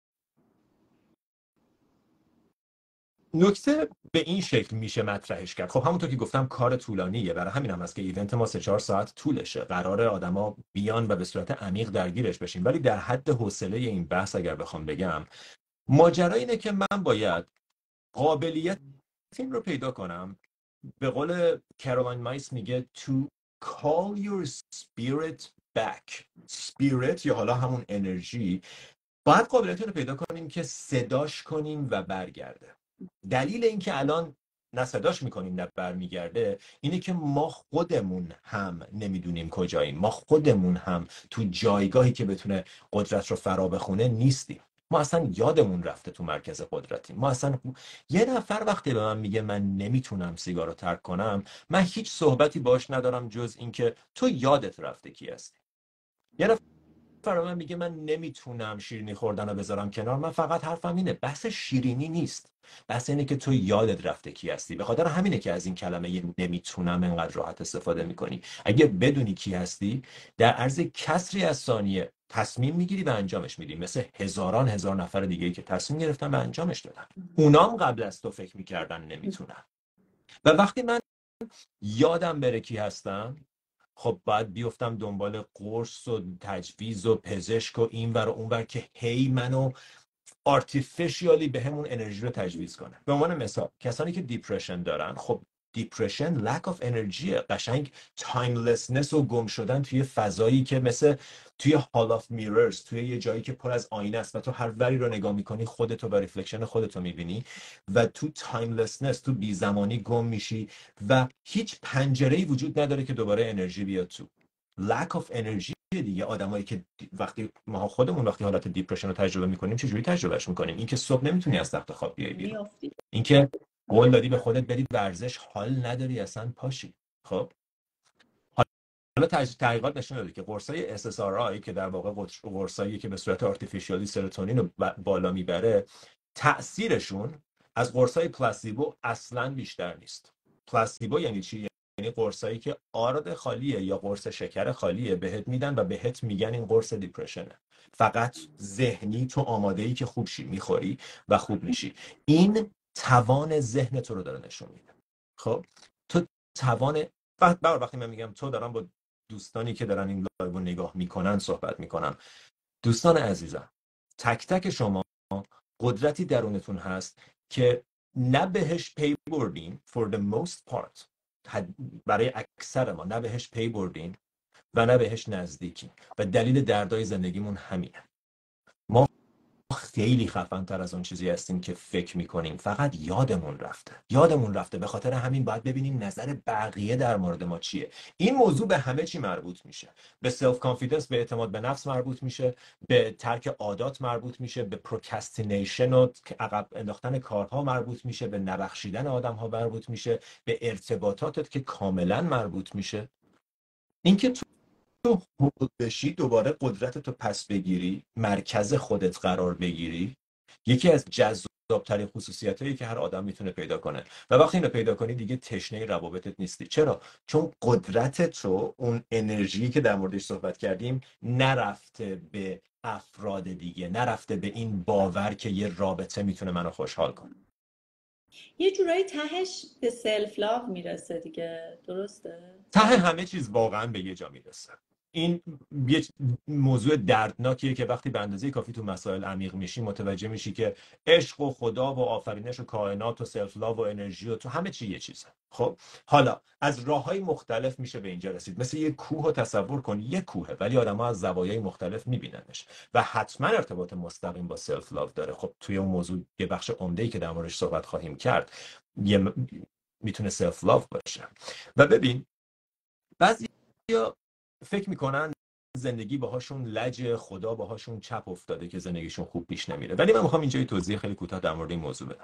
نکته به این شکل میشه مطرحش کرد. خب همونطور که گفتم کار طولانیه، برای همین هم هست که ایونت ما سه چهار ساعت طولشه. قراره آدما بیان و به صورت عمیق درگیرش بشیم، ولی در حد حوصله این بحث اگر بخوام بگم، ماجرا اینه که من باید قابلیت این رو پیدا کنم. به قول کارولین مایس میگه to call your spirit back. spirit یا حالا همون انرژی، باید قابلیت رو پیدا کنیم که صداش کنیم و برگرده. دلیل این که الان نه صداش میکنیم نه برمیگرده، اینه که ما خودمون هم نمیدونیم کجاییم. ما خودمون هم تو جایگاهی که بتونه قدرت رو فرا بخونه نیستیم. ما اصلا یادمون رفته تو مرکز قدرتیم. ما اصلا یه نفر وقتی به من میگه من نمیتونم سیگار رو ترک کنم، من هیچ صحبتی باش ندارم جز اینکه تو یادت رفته کی هستی. یه نفر به من میگه من نمیتونم شیرینی خوردن رو بذارم کنار، من فقط حرفم اینه بحث شیرینی نیست، بحث اینه که تو یادت رفته کی هستی. به خاطر همینه که از این کلمه یه نمیتونم انقدر راحت استفاده میکنی. اگه بدونی کی هستی، در عرض کسری از ثانیه تصمیم میگیری و انجامش میدی، مثل هزاران هزار نفر دیگه که تصمیم گرفتن و انجامش دادن. اونام قبل از تو فکر میکردن نمیتونن. و وقتی من یادم بره کی هستم، خب باید بیفتم دنبال قرص و تجویز و پزشک و این ور و اون ور که هی منو آرتیفیشیالی به همون انرژی رو تجویز کنه. به عنوان مثال کسانی که دیپرشن دارن، خب دیپرشن lack of انرژی، قشنگ تایملسنس و گم شدن توی فضایی که مثل توی هال آف میررز، توی یه جایی که پر از آینه است و تو هر وری رو نگاه میکنی خودتو و ریفلکشن خودتو میبینی و تو تایملسنس، تو بی زمانی گم میشی و هیچ پنجره‌ای وجود نداره که دوباره انرژی بیاد تو. lack of انرژی دیگه. آدمایی که وقتی ما خودمون وقتی حالت دیپرشن رو تجربه میکنیم چجوری تجربهش میکنیم؟ اینکه صبح نمیتونی از تخت خواب بیای بیرون، میافتی. اینکه قول دادی به خودت بری ورزش، حال نداری اصلا پاشی. خب حالا تج... تحقیقات نشون داده که قرصای اس اس آر آی که در واقع قرص- قرصایی که به صورت آرتفیشیالی سروتونین رو ب- بالا میبره، تأثیرشون از قرصای پلاسیبو اصلا بیشتر نیست. پلاسیبو یعنی چی؟ یعنی قرصایی که آرد خالیه یا قرص شکر خالیه بهت میدن و بهت میگن این قرص دیپرشنه. فقط ذهنی تو آماده ای که خوب شی، میخوری و خوب میشی. این توان ذهن تو رو داره نشون میده. خب تو توان وقت بر وقتی من میگم تو، دارم با دوستانی که دارن این لایو رو نگاه میکنن صحبت میکنم. دوستان عزیزم، تک تک شما قدرتی درونتون هست که نه بهش پی بردین for the most part، حد- برای اکثر ما نه بهش پی بردین و نه بهش نزدیکین و دلیل دردای زندگیمون همینه. ما خیلی خفن تر از اون چیزی هستیم که فکر میکنیم، فقط یادمون رفته. یادمون رفته به خاطر همین باید ببینیم نظر بقیه در مورد ما چیه. این موضوع به همه چی مربوط میشه. به سلف کانفیدنس، به اعتماد به نفس مربوط میشه، به ترک عادات مربوط میشه، به پروکرستینیشن و عقب انداختن کارها مربوط میشه، به نبخشیدن آدمها مربوط میشه، به ارتباطاتت که کاملا مربوط میشه. اینکه تو حول بشی، دوباره قدرت تو پس بگیری، مرکز خودت قرار بگیری، یکی از جذابترین خصوصیت هایی که هر آدم میتونه پیدا کنه. و وقتی اینو پیدا کنی دیگه تشنه روابطت نیستی. چرا؟ چون قدرت تو، اون انرژی که در موردش صحبت کردیم، نرفته به افراد دیگه، نرفته به این باور که یه رابطه میتونه منو خوشحال کنه. یه جورایی تهش به سلف لاو میرسه دیگه، درسته؟ ته همه چیز واقعا به یه جا میرسه. این یه موضوع دردناکیه که وقتی به اندازه کافی تو مسائل عمیق میشی متوجه میشی که عشق و خدا و آفرینش و کائنات و سلف لاو و انرژی و تو همه چی یه چیزه. خب حالا از راههای مختلف میشه به اینجا رسید. مثل یه کوه رو تصور کن، یه کوهه ولی آدم‌ها از زوایای مختلف میبیننش و حتما ارتباط مستقیم با سلف لاو داره. خب توی اون موضوع یه بخش عمده‌ای که در موردش صحبت خواهیم کرد یه میتونه سلف لاو باشه. و ببین بعضیا فکر میکنن زندگی باهاشون لج، خدا باهاشون چپ افتاده که زندگیشون خوب پیش نمیره. ولی من میخوام اینجا یه توضیح خیلی کوتاه در مورد این موضوع بدم.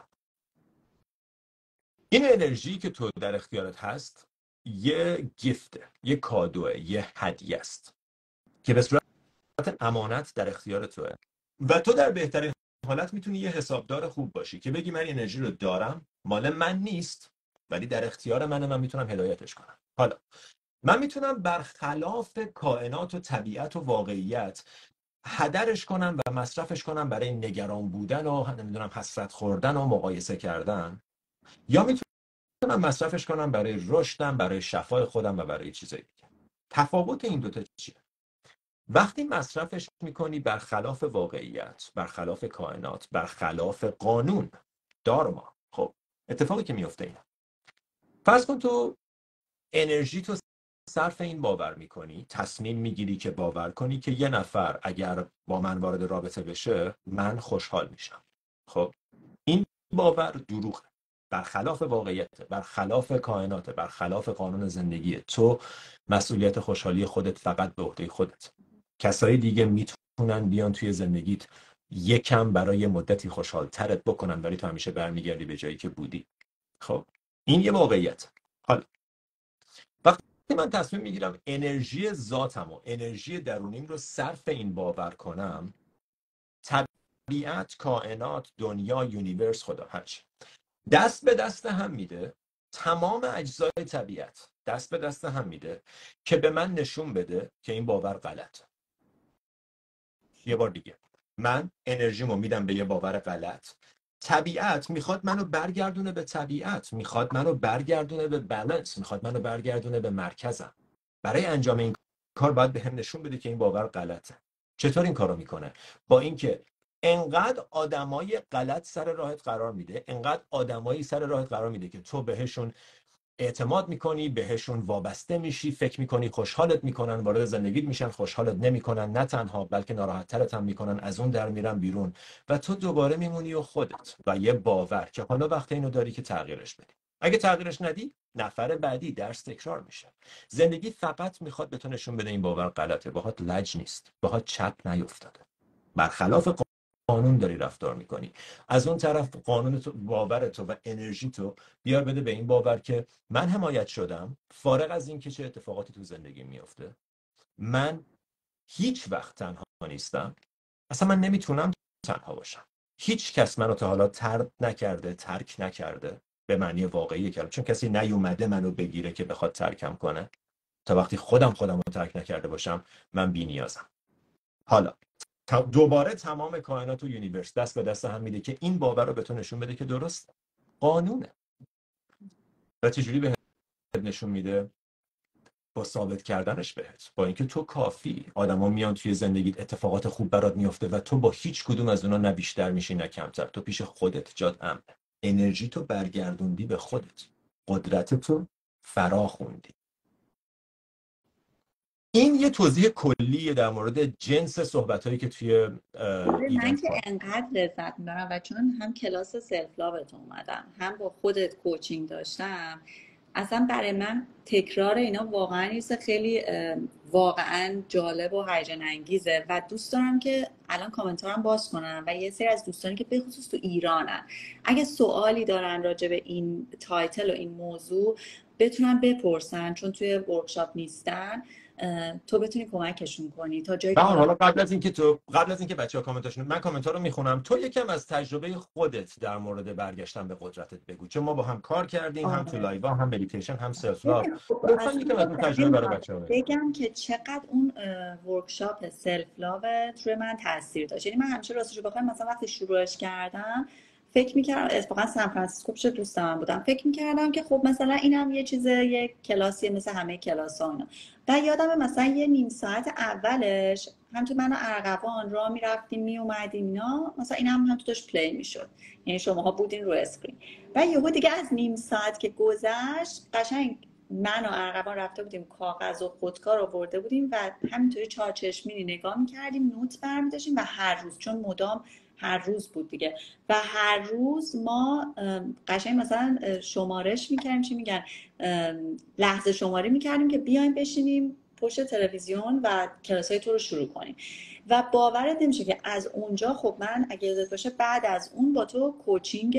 این انرژی که تو در اختیارت هست یه گیفته، یه کادوه، یه هدیه است که به صورت امانت در اختیار توه و تو در بهترین حالت میتونی یه حسابدار خوب باشی که بگی من انرژی رو دارم، مال من نیست ولی در اختیار منه، من میتونم هدایتش کنم. حالا من میتونم برخلاف کائنات و طبیعت و واقعیت هدرش کنم و مصرفش کنم برای نگران بودن و نمیدونم حسرت خوردن و مقایسه کردن، یا میتونم مصرفش کنم برای رشدم، برای شفای خودم و برای چیزایی دیگه. تفاوت این دوتا چیه؟ وقتی مصرفش میکنی برخلاف واقعیت، برخلاف کائنات، برخلاف قانون دارما، خب اتفاقی که میفته اینه. فرض کن تو انرژی تو صرف این باور میکنی، تصمیم میگیری که باور کنی که یه نفر اگر با من وارد رابطه بشه من خوشحال میشم. خب این باور دروغه. برخلاف واقعیت، برخلاف کائنات، برخلاف قانون زندگی. تو مسئولیت خوشحالی خودت فقط به عهده خودت. کسای دیگه میتونن بیان توی زندگیت یکم برای مدتی خوشحال ترت بکنن، ولی تو همیشه برمیگردی به جایی که بودی. خب این یه واقعیت. حالا وقتی من تصمیم میگیرم انرژی ذاتم و انرژی درونیم رو صرف این باور کنم، طبیعت، کائنات، دنیا، یونیورس، خدا، هرچی دست به دست هم میده، تمام اجزای طبیعت دست به دست هم میده که به من نشون بده که این باور غلط. یه بار دیگه، من انرژیمو میدم به یه باور غلط، طبیعت میخواد منو برگردونه به طبیعت، میخواد منو برگردونه به بالانس، میخواد منو برگردونه به مرکزم. برای انجام این کار باید به هم نشون بده که این باور غلطه. چطور این کارو میکنه؟ با اینکه انقدر آدمای غلط سر راهت قرار میده، انقدر آدمایی سر راهت قرار میده که تو بهشون اعتماد میکنی، بهشون وابسته میشی، فکر میکنی خوشحالت میکنن، وارد زندگیت میشن، خوشحالت نمیکنن، نه تنها بلکه ناراحت ترت هم میکنن، از اون در میرن بیرون و تو دوباره میمونی و خودت و یه باور که حالا وقت اینو داری که تغییرش بدی. اگه تغییرش ندی، نفر بعدی درس تکرار میشه. زندگی فقط میخواد به تو نشون بده این باور غلطه، باهات لج نیست، باهات چپ نیفتاده، برخلاف قانون داری رفتار میکنی. از اون طرف قانون تو، باور تو و انرژی تو بیار بده به این باور که من حمایت شدم، فارغ از این که چه اتفاقاتی تو زندگی میفته. من هیچ وقت تنها نیستم، اصلا من نمیتونم تنها باشم. هیچ کس منو تا حالا ترد نکرده، ترک نکرده به معنی واقعی کلمه، چون کسی نیومده منو بگیره که بخواد ترکم کنه. تا وقتی خودم خودم رو ترک نکرده باشم، من بی‌نیازم. حالا دوباره تمام کائنات و یونیورس دست به دست هم میده که این باور رو به تو نشون بده که درست قانونه. و چجوری بهت نشون میده؟ با ثابت کردنش بهت، با اینکه تو کافی. آدما میان توی زندگیت، اتفاقات خوب برات میفته و تو با هیچ کدوم از اونا نه بیشتر میشی نه کمتر. تو پیش خودت جات امنه، انرژی تو برگردوندی به خودت، قدرت تو فرا خوندی. این یه توضیح کلیه در مورد جنس صحبتایی که توی من ایونت که با انقدر لذت میبرم و چون هم کلاس سلف لاوت اومدم هم با خودت کوچینگ داشتم، اصلا برای من تکرار اینا واقعا یه چیز خیلی واقعا جالب و هیجان انگیزه و دوست دارم که الان کامنتارم باز کنم و یه سری از دوستانی که به خصوص تو ایرانن اگه سوالی دارن راجع به این تایتل و این موضوع بتونن بپرسن، چون توی ورکشاپ نیستن تو بتونی کمکشون کنی تا جایی که بهار. حالا. حالا قبل از اینکه تو قبل از اینکه بچه‌ها کامنتاشون، من کامنت‌ها رو میخونم، تو یکم از تجربه خودت در مورد برگشتن به قدرتت بگو، چون ما با هم کار کردیم، هم تو آره. لایو هم مدیتیشن هم سلف لاو. ببین، خب لطفاً اصلا یکم از اون تجربه برای نمی‌دونم. بچه‌ها بگو. بگم که چقدر اون ورکشاپ سلف لاو روی من تاثیر داشت. یعنی من همیشه راستش رو بخوام مثلا وقتی شروعش کردم فکر میکردم، اتفاقا سان فرانسیسکو پیش دوست من بودم، فکر میکردم که خب مثلا اینم یه چیز، یک کلاسیه مثل همه کلاس‌ها اینا. و یادم مثلا یه نیم ساعت اولش هم تو من و ارغوان راه میرفتیم میومدیم اینا، مثلا اینم هم تو داشت پلی میشد، یعنی شماها بودین رو اسکرین. و یهو دیگه از نیم ساعت که گذشت قشنگ من و ارغوان رفته بودیم کاغذ و خودکار آورده بودیم و همینطوری چارچشمی نگاه میکردیم، نوت برمی‌داشتیم و هر روز، چون مدام هر روز بود دیگه، و هر روز ما قشنگ مثلا شمارش میکردیم، چی میگن، لحظه شماری میکردیم که بیایم بشینیم پشت تلویزیون و کلاسای تو رو شروع کنیم. و باورت نمیشه که از اونجا، خب من اگه یادت باشه بعد از اون با تو کوچینگ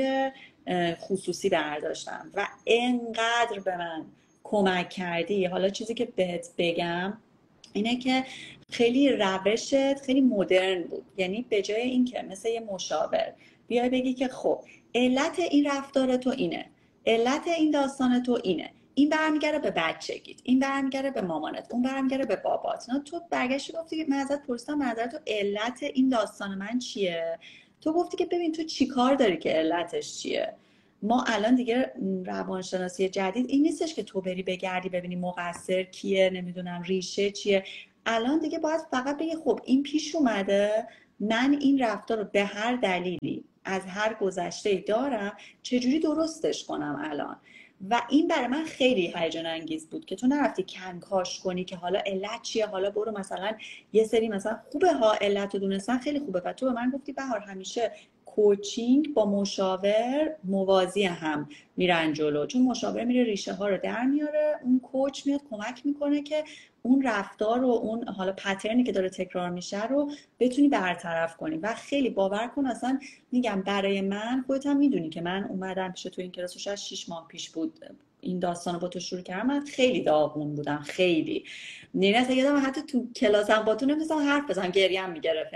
خصوصی برداشتم و انقدر به من کمک کردی. حالا چیزی که بهت بگم اینه که خیلی روشت خیلی مدرن بود، یعنی به جای این که مثل یه مشاور بیای بگی که خب علت این رفتار تو اینه، علت این داستان تو اینه، این برمیگره به بچگیت، این برمیگره به مامانت، اون برمیگره به بابات، نه تو برگشتی گفتی من ازت پرسیدم نظر تو علت این داستان من چیه، تو گفتی که ببین تو چیکار داری که علتش چیه. ما الان دیگه روانشناسی جدید این نیستش که تو بری بگردی ببینی مقصر کیه، نمیدونم ریشه چیه. الان دیگه باید فقط بگی خب این پیش اومده، من این رفتار رو به هر دلیلی از هر گذشته دارم، چجوری درستش کنم الان. و این برای من خیلی هیجان انگیز بود که تو نرفتی کنکاش کنی که حالا علت چیه، حالا برو مثلا یه سری مثلا خوبه ها علت رو دونستن خیلی خوبه و تو به من گفتی بهار همیشه کوچینگ با مشاور موازی هم میرن جلو، چون مشاور میره ریشه ها رو در میاره، اون کوچ میاد کمک میکنه که اون رفتار و اون حالا پترنی که داره تکرار میشه رو بتونی برطرف کنی. و خیلی باور کن اصلا میگم برای من، خودت هم میدونی که من اومدم پیش تو این کلاس شاید شش ماه پیش بود این داستان رو با تو شروع کردم، من خیلی داغون بودم، خیلی نه اصلا یادم حتی تو کلاسم با تو نمی‌تونستم حرف بزنم، گریم میگرفت،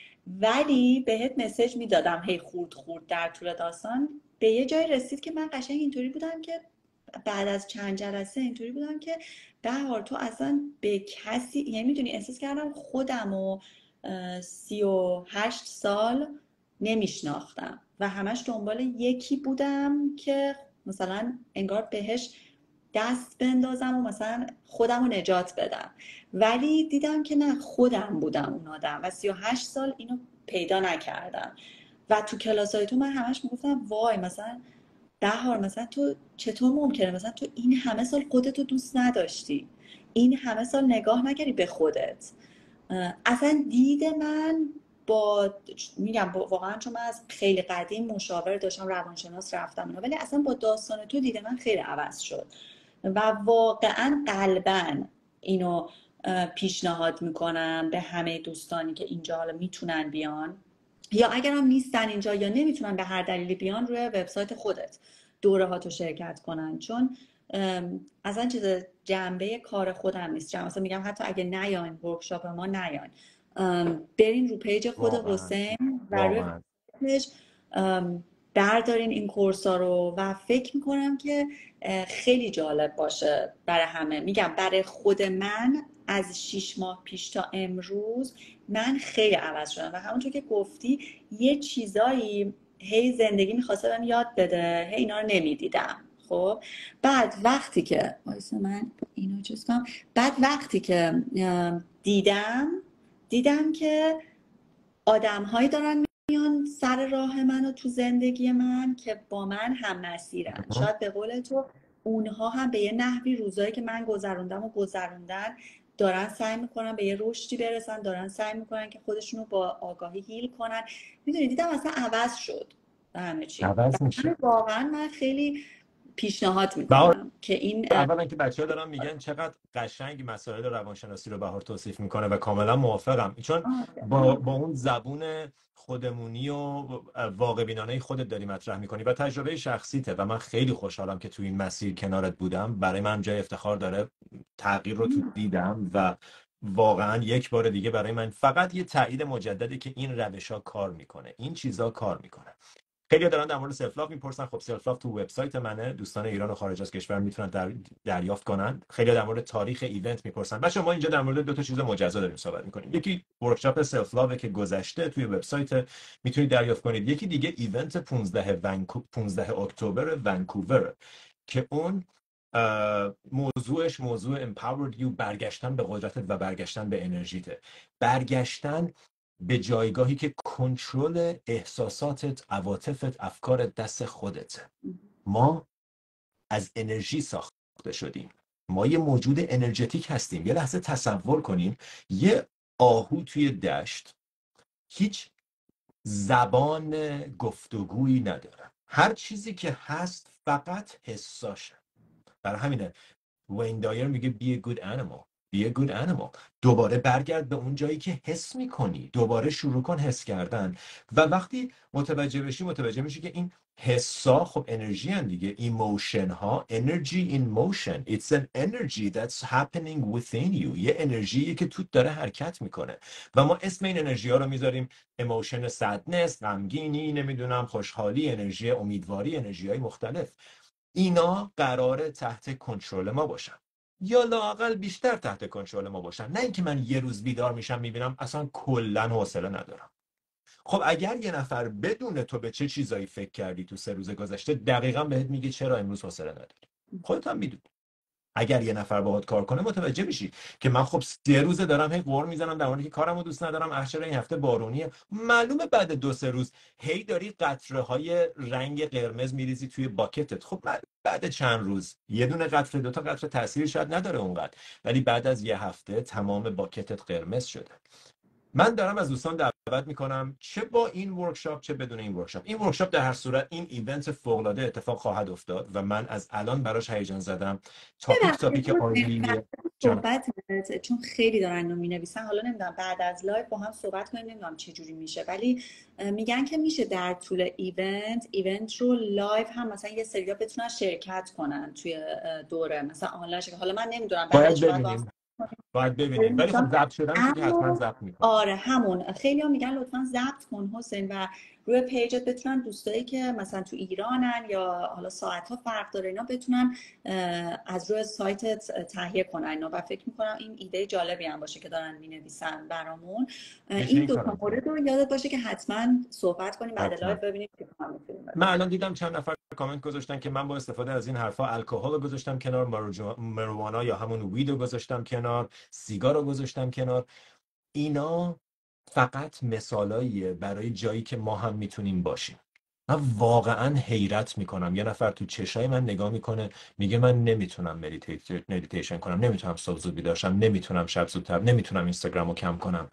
ولی بهت مسیج میدادم هی خورد خورد در طول داستان. به یه جای رسید که من قشنگ اینطوری بودم که بعد از چند جلسه اینطوری بودم که بهار تو اصلا به کسی، یعنی میدونی احساس کردم خودم و سی و هشت سال نمیشناختم و همش دنبال یکی بودم که مثلا انگار بهش دست بندازم و مثلا خودم رو نجات بدم، ولی دیدم که نه، خودم بودم اون آدم و سی و هشت سال اینو پیدا نکردم. و تو کلاسای تو من همش میگفتم وای مثلا بهار مثلا تو چطور ممکنه مثلا تو این همه سال خودتو دوست نداشتی، این همه سال نگاه نکردی به خودت. اصلا دید من با میگم با واقعا، چون من از خیلی قدیم مشاور داشتم، روانشناس رفتم اینا، ولی اصلا با داستان تو دید من خیلی عوض شد و واقعا قلباً اینو پیشنهاد میکنم به همه دوستانی که اینجا حالا میتونن بیان یا اگر هم نیستن اینجا یا نمیتونن به هر دلیلی بیان، روی وبسایت خودت دوره ها تو شرکت کنن، چون اصلا چیز جنبه کار خودم نیست. مثلا میگم حتی اگه نیاین ورکشاپ ما نیاین، برین رو پیج خود واقعا حسین و روی واقعا پیج بردارین این کورسا رو و فکر میکنم که خیلی جالب باشه برای همه. میگم برای خود من از شیش ماه پیش تا امروز من خیلی عوض شدم و همونطور که گفتی یه چیزایی هی زندگی میخواسته بهم یاد بده، هی اینا رو نمیدیدم. خب بعد وقتی که وایسا من اینو چیز کنم، بعد وقتی که دیدم دیدم که آدم‌هایی دارن میان سر راه من و تو زندگی من که با من هم مسیرن. شاید به قول تو اونها هم به یه نحوی روزایی که من گذروندم و گذروندن، دارن سعی میکنن به یه رشدی برسن، دارن سعی میکنن که خودشونو با آگاهی هیل کنن. میدونی دیدم اصلا عوض شد همه چی. عوض میشه. واقعا من خیلی پیشنهاد بهار، میکنم که این اولا که بچه‌ها دارن میگن چقدر قشنگ مسائل روانشناسی رو بهار توصیف میکنه و کاملا موافقم، چون با با اون زبون خودمونی و واقع بینانه خودت داری مطرح میکنی و تجربه شخصیته و من خیلی خوشحالم که تو این مسیر کنارت بودم. برای من جای افتخار داره، تغییر رو تو دیدم و واقعا یک بار دیگه برای من فقط یه تایید مجدده که این روش ها کار میکنه، این چیزا کار میکنه. خیلی دارن در مورد سلف لاف میپرسن. خب سلف لاف تو وبسایت منه، دوستان ایران و خارج از کشور میتونن در دریافت کنن. خیلی در مورد تاریخ ایونت میپرسن. بچه ما اینجا در مورد دو تا چیز مجزا داریم صحبت میکنیم. یکی ورکشاپ سلف لاف که گذشته توی وبسایت میتونید دریافت کنید، یکی دیگه ایونت پانزده ونکو... پانزده اکتبر ونکوور که اون موضوعش موضوع empowered you، برگشتن به قدرتت و برگشتن به انرژیته، برگشتن به جایگاهی که کنترل احساساتت، عواطفت، افکارت دست خودته. ما از انرژی ساخته شدیم، ما یه موجود انرژتیک هستیم. یه لحظه تصور کنیم یه آهو توی دشت هیچ زبان گفتگویی نداره، هر چیزی که هست فقط حساشه. برای همینه وین دایر میگه be a good animal. be a good animal. دوباره برگرد به اون جایی که حس میکنی، دوباره شروع کن حس کردن و وقتی متوجه بشی متوجه میشی که این حسا خب انرژی هن دیگه. ایموشن ها energy in motion. It's an energy that's happening within you. یه انرژیه که توت داره حرکت میکنه و ما اسم این انرژی ها رو میذاریم ایموشن sadness، غمگینی، نمیدونم خوشحالی، انرژی امیدواری، انرژی های مختلف. اینا قراره تحت کنترل ما باشن یا لااقل بیشتر تحت کنترل ما باشن، نه اینکه من یه روز بیدار میشم میبینم اصلا کلا حوصله ندارم. خب اگر یه نفر بدون تو به چه چیزایی فکر کردی تو سه روز گذشته، دقیقاً بهت میگه چرا امروز حوصله نداری. خودت هم میدونی. اگر یه نفر باهات کار کنه متوجه میشی که من خب سه روزه دارم هی قور میزنم در مورد که کارمو دوست ندارم، احشر این هفته بارونیه. معلومه بعد دو سه روز هی داری قطره های رنگ قرمز میریزی توی باکتت. خب بعد چند روز یه دونه قطره، دو تا قطره تاثیری شاید نداره اونقدر، ولی بعد از یه هفته تمام باکتت قرمز شده. من دارم از دوستان دعوت میکنم چه با این ورکشاپ چه بدون این ورکشاپ. این ورکشاپ در هر صورت این ایونت فوق العاده اتفاق خواهد افتاد و من از الان براش هیجان زدم. تاپیک تاپیک عالیه. صحبت چون خیلی دارن اینو مینویسن، حالا نمیدونم بعد از لایو با هم صحبت کنیم، نمیدونم چه جوری میشه، ولی میگن که میشه در طول ایونت ایونت رو لایو هم مثلا یه سریا بتونن شرکت کنن توی دوره مثلا آنلاین شکل. حالا من نمیدونم باید ببینیم باید ببینیم ولی خب ضبط شدن که حتما ضبط میکنم. آره همون خیلی ها میگن لطفا ضبط کن حسین و روی پیجت بتونن دوستایی که مثلا تو ایرانن یا حالا ساعت ها فرق داره اینا بتونن از روی سایتت تهیه کنن اینا و فکر میکنم این ایده جالبی هم باشه که دارن مینویسن برامون. این دو تا مورد رو یادت باشه که حتما صحبت کنیم بعد لایو ببینیم که کار می‌کنیم. من الان دیدم چند نفر کامنت گذاشتن که من با استفاده از این حرفا الکل رو گذاشتم کنار، ماروانا یا همون وید رو گذاشتم کنار، سیگار رو گذاشتم کنار. اینا فقط مثالاییه برای جایی که ما هم میتونیم باشیم. من واقعا حیرت میکنم یه نفر تو چشای من نگاه میکنه میگه من نمیتونم مدیتیشن کنم، نمیتونم صبح زود بیدار شم، نمیتونم شب زودتر، نمیتونم اینستاگرام رو کم کنم.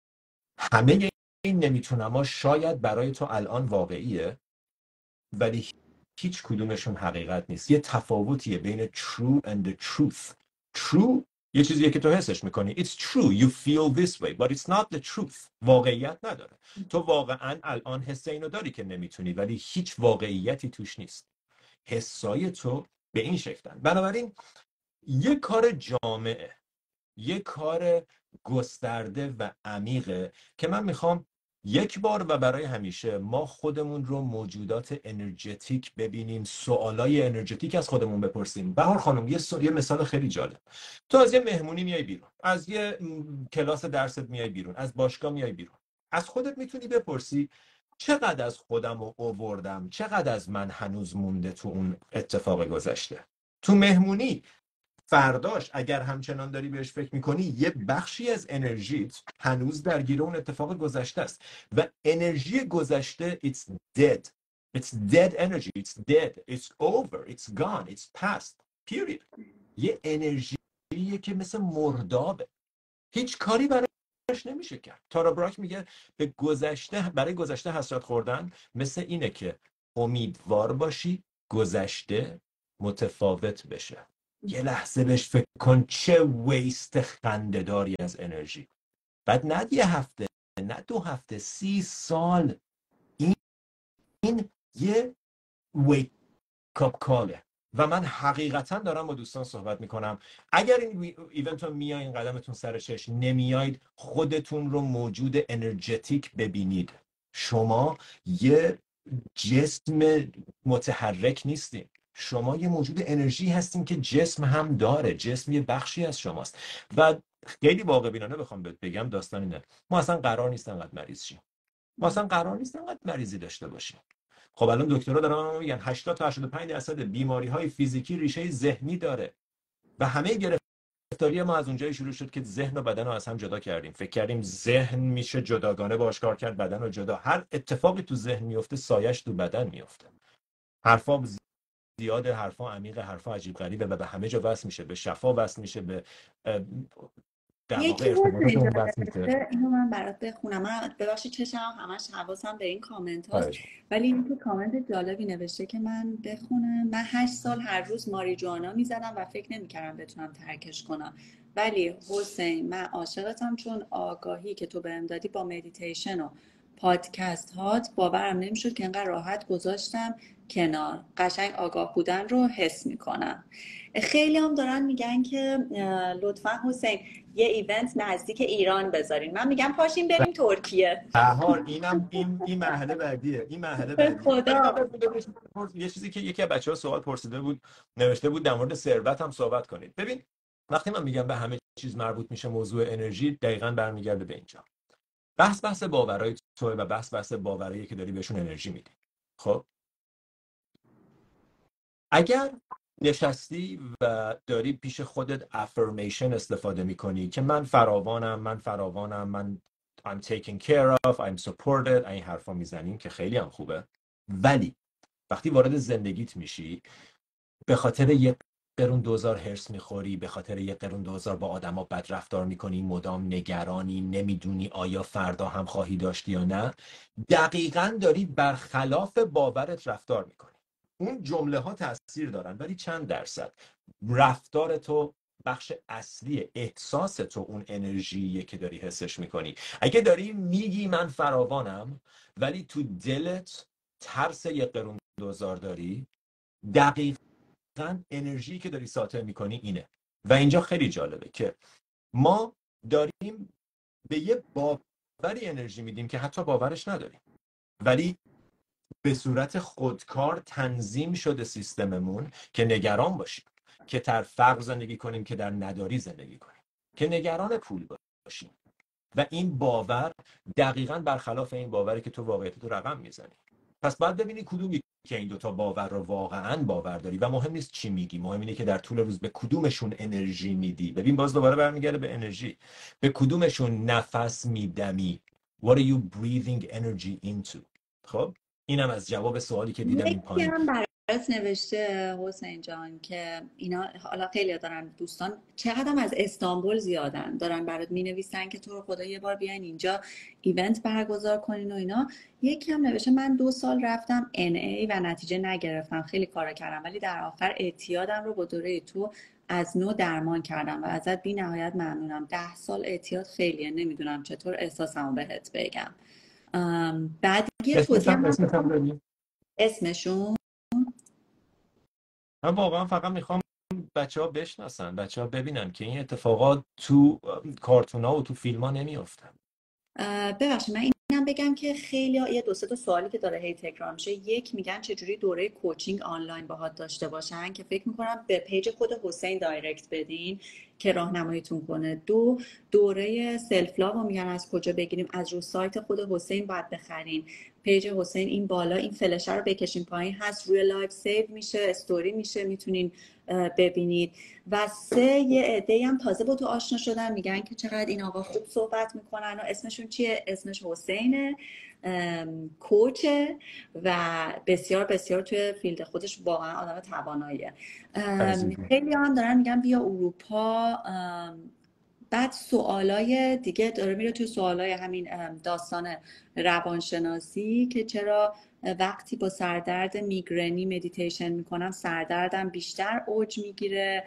همه این نمیتونم ها شاید برای تو الان واقعیه ولی هیچ کدومشون حقیقت نیست. یه تفاوتیه بین true and the truth. True یه چیزیه که تو حسش میکنی. It's true. You feel this way. But it's not the truth. واقعیت نداره. تو واقعا الان حس اینو داری که نمیتونی ولی هیچ واقعیتی توش نیست. حسای تو به این شکلن. بنابراین یه کار جامعه، یه کار گسترده و عمیقه که من میخوام یک بار و برای همیشه ما خودمون رو موجودات انرژتیک ببینیم، سوالای انرژتیک از خودمون بپرسیم. بهار خانم یه, سو... یه مثال خیلی جالب. تو از یه مهمونی میای بیرون، از یه کلاس درست میای بیرون، از باشگاه میای بیرون، از خودت میتونی بپرسی چقدر از خودم رو آوردم، چقدر از من هنوز مونده تو اون اتفاق گذشته. تو مهمونی فرداش اگر همچنان داری بهش فکر میکنی یه بخشی از انرژیت هنوز درگیر اون اتفاق گذشته است و انرژی گذشته it's dead. It's dead energy. It's dead. It's over. It's gone. It's past. Period. یه انرژیه که مثل مردابه. هیچ کاری براش نمیشه کرد. تارا براک میگه به گذشته، برای گذشته حسرت خوردن مثل اینه که امیدوار باشی گذشته متفاوت بشه. یه لحظه بهش فکر کن چه ویست خنده‌داری از انرژی. بعد نه یه هفته، نه دو هفته، سی سال. این, این یه ویک اپ کاله و من حقیقتا دارم با دوستان صحبت میکنم. اگر این ایونت رو میایین قدمتون سر چش نمیایید خودتون رو موجود انرژتیک ببینید. شما یه جسم متحرک نیستین، شما یه موجود انرژی هستین که جسم هم داره. جسم یه بخشی از شماست و خیلی واقع بینانه بخوام بهت بگم داستان اینه ما اصلا قرار نیست انقدر مریض شیم. ما اصلا قرار نیست انقدر مریضی داشته باشیم. خب الان دکترها دارن میگن هشتاد تا هشتاد و پنج درصد بیماری‌های فیزیکی ریشه ذهنی داره و همه گرفتاری ما از اونجایی شروع شد که ذهن و بدن رو از هم جدا کردیم. فکر کردیم ذهن میشه جداگانه باش کار کرد، بدن رو جدا. هر اتفاقی تو ذهن میفته سایش تو بدن میفته. حرفا زیاده، حرفا عمیق، حرفا عجیب غریبه و به همه جا وصل میشه، به شفا وصل میشه، به یکی اینو من برات بخونم. من ببخشید چشم همش حواسم به این کامنت هاست ولی این که کامنت جالبی نوشته که من بخونم. من هشت سال هر روز ماریجوانا میزدم و فکر نمیکردم بتونم ترکش کنم ولی حسین من عاشقتم چون آگاهی که تو بهم دادی با مدیتیشن و پادکست هات باورم نمیشد که انقدر راحت گذاشتم کنار. قشنگ آگاه بودن رو حس میکنم. خیلی هم دارن میگن که لطفا حسین یه ایونت نزدیک ایران بذارین. من میگم پاشیم بریم ترکیه. بهار اینم این این مرحله بعدیه. این مرحله بعدیه. خدا. یه چیزی که یکی از بچه‌ها سوال پرسیده بود، نوشته بود در مورد ثروت هم صحبت کنید. ببین وقتی من میگم به همه چیز مربوط میشه موضوع انرژی، دقیقاً برمیگرده به اینجا. بحث بحث باورای تو و بحث بحث باورایی که داری بهشون انرژی میدی. خب اگر نشستی و داری پیش خودت افرمیشن استفاده میکنی که من فراوانم، من فراوانم، من I'm taken care of, I'm supported، این حرفا میزنیم که خیلی هم خوبه، ولی وقتی وارد زندگیت میشی به خاطر یه قرون دوزار هرس میخوری، به خاطر یه قرون دوزار با آدما بد رفتار میکنی، مدام نگرانی، نمیدونی آیا فردا هم خواهی داشت یا نه، دقیقاً داری برخلاف باورت رفتار میکنی. اون جمله ها تاثیر دارن ولی چند درصد. رفتار تو بخش اصلی احساس تو اون انرژیه که داری حسش میکنی. اگه داری میگی من فراوانم ولی تو دلت ترس یه قرون دوزار داری، دقیقاً انرژی که داری ساطع میکنی اینه. و اینجا خیلی جالبه که ما داریم به یه باوری انرژی میدیم که حتی باورش نداریم، ولی به صورت خودکار تنظیم شده سیستممون که نگران باشیم، که در فقر زندگی کنیم، که در نداری زندگی کنیم، که نگران پول باشیم. و این باور دقیقاً برخلاف این باوری که تو واقعیت تو رقم میزنی. پس باید ببینی کدومی که این دوتا باور رو واقعاً باور داری. و مهم نیست چی میگی، مهم اینه که در طول روز به کدومشون انرژی میدی. ببین باز دوباره برمیگرده به انرژی. به کدومشون نفس میدمی. What are you breathing energy into؟ خب اینم از جواب سوالی که دیدم این یکی پایین. هم برات نوشته حسین جان که اینا حالا خیلی دارن دوستان چقدر از استانبول زیادن دارن برات می نویسن که تو رو خدا یه بار بیاین اینجا ایونت برگزار کنین و اینا. یکی هم نوشته من دو سال رفتم ان ای و نتیجه نگرفتم، خیلی کارا کردم ولی در آخر اعتیادم رو با دوره تو از نو درمان کردم و ازت بی نهایت ممنونم. ده سال اعتیاد خیلیه، نمیدونم چطور احساسمو بهت بگم. بعد یه اسمش توضیح هم هم اسمش هم بدی. اسمشون من واقعا فقط میخوام بچه ها بشناسن، بچه ها ببینن که این اتفاقات تو کارتون ها و تو فیلم ها نمیافتن. ببخشید من اینم بگم که خیلی یه دو سه تا سوالی که داره هی تکرار میشه. یک میگن چجوری دوره کوچینگ آنلاین باهات داشته باشن که فکر میکنم به پیج خود حسین دایرکت بدین که راهنماییتون کنه. دو دوره سلف لاو رو میگن از کجا بگیریم؟ از رو سایت خود حسین باید بخرین. پیج حسین این بالا این فلشه رو بکشین پایین هست، روی لایو سیو میشه، استوری میشه، میتونین ببینید. و سه یه عده‌ای هم تازه با تو آشنا شدن میگن که چقدر این آقا خوب صحبت میکنن و اسمشون چیه؟ اسمش حسینه، کوچه و بسیار بسیار توی فیلد خودش واقعا آدم تواناییه. خیلی هم دارن میگن بیا اروپا. بعد سوالای دیگه داره میره توی سوالای همین داستان روانشناسی که چرا وقتی با سردرد میگرنی مدیتیشن میکنم سردردم بیشتر اوج میگیره،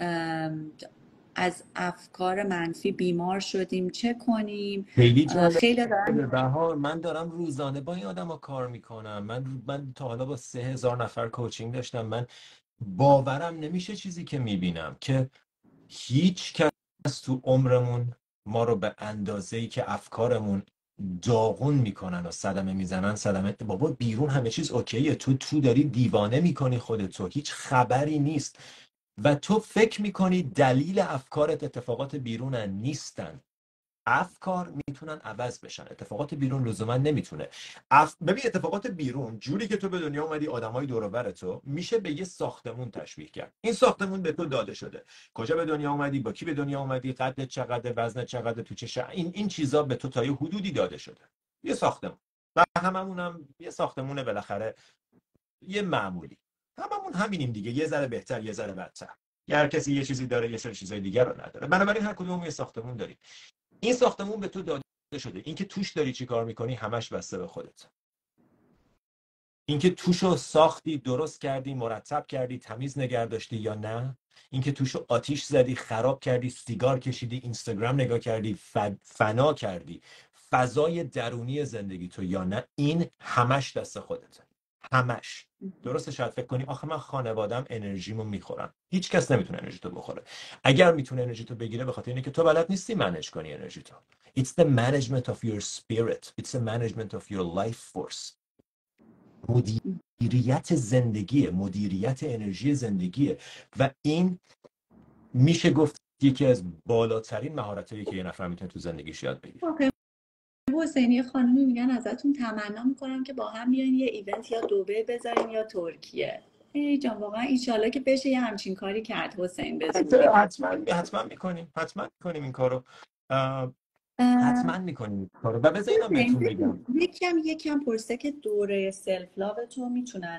از افکار منفی بیمار شدیم چه کنیم. خیلی جالب. خیلی دارن بهار من دارم روزانه با این آدم ها کار میکنم. من من تا حالا با سه هزار نفر کوچینگ داشتم. من باورم نمیشه چیزی که میبینم که هیچ کس تو عمرمون ما رو به اندازه‌ای که افکارمون داغون میکنن و صدمه میزنن صدمه. بابا بیرون همه چیز اوکیه، تو تو داری دیوانه میکنی خودتو، هیچ خبری نیست و تو فکر میکنی دلیل افکارت اتفاقات بیرونن. نیستن. افکار میتونن عوض بشن، اتفاقات بیرون لزوما نمیتونه. اف... ببین اتفاقات بیرون جوری که تو به دنیا اومدی، آدمای دور و بر تو میشه به یه ساختمون تشبیه کرد. این ساختمون به تو داده شده، کجا به دنیا اومدی، با کی به دنیا اومدی، قدت چقدر، وزنت چقدر، تو چه شهر. این این چیزا به تو تا یه حدودی داده شده. یه ساختمون و هممون هم یه ساختمونه بالاخره، یه معمولی. هممون همینیم دیگه، یه ذره بهتر یه ذره بدتر. هر کسی یه چیزی داره، یه سری چیزای دیگر رو نداره. بنابراین هر کدوم یه ساختمون داریم. این ساختمون به تو داده شده. اینکه توش داری چی کار میکنی همش بسته به خودت. اینکه توشو ساختی، درست کردی، مرتب کردی، تمیز نگه داشتی یا نه، اینکه توشو آتیش زدی، خراب کردی، سیگار کشیدی، اینستاگرام نگاه کردی، فنا کردی فضای درونی زندگی تو یا نه، این همش دست خودته. همش. درسته شاید فکر کنی آخه من خانوادم انرژیمو میخورن. هیچ کس نمیتونه انرژی تو بخوره. اگر میتونه انرژی تو بگیره به خاطر اینه که تو بلد نیستی منیج کنی انرژی تو. It's the management of your spirit. It's the management of your life force. مدیریت زندگیه، مدیریت انرژی زندگیه و این میشه گفت یکی از بالاترین مهارتایی که یه نفر میتونه تو زندگیش یاد بگیره. حسینی خانمی میگن ازتون تمنا میکنم که با هم بیاین یه ایونت یا دبی بذاریم یا ترکیه. ای جان واقعا ایشالله که بشه یه همچین کاری کرد حسین به زودی. حتما حتما میکنیم حتما میکنیم این کارو. حتما میکنیم این کارو. و بذار اینم بهتون بگم یکم یکم پرسه که دوره سلف لاو تو میتونن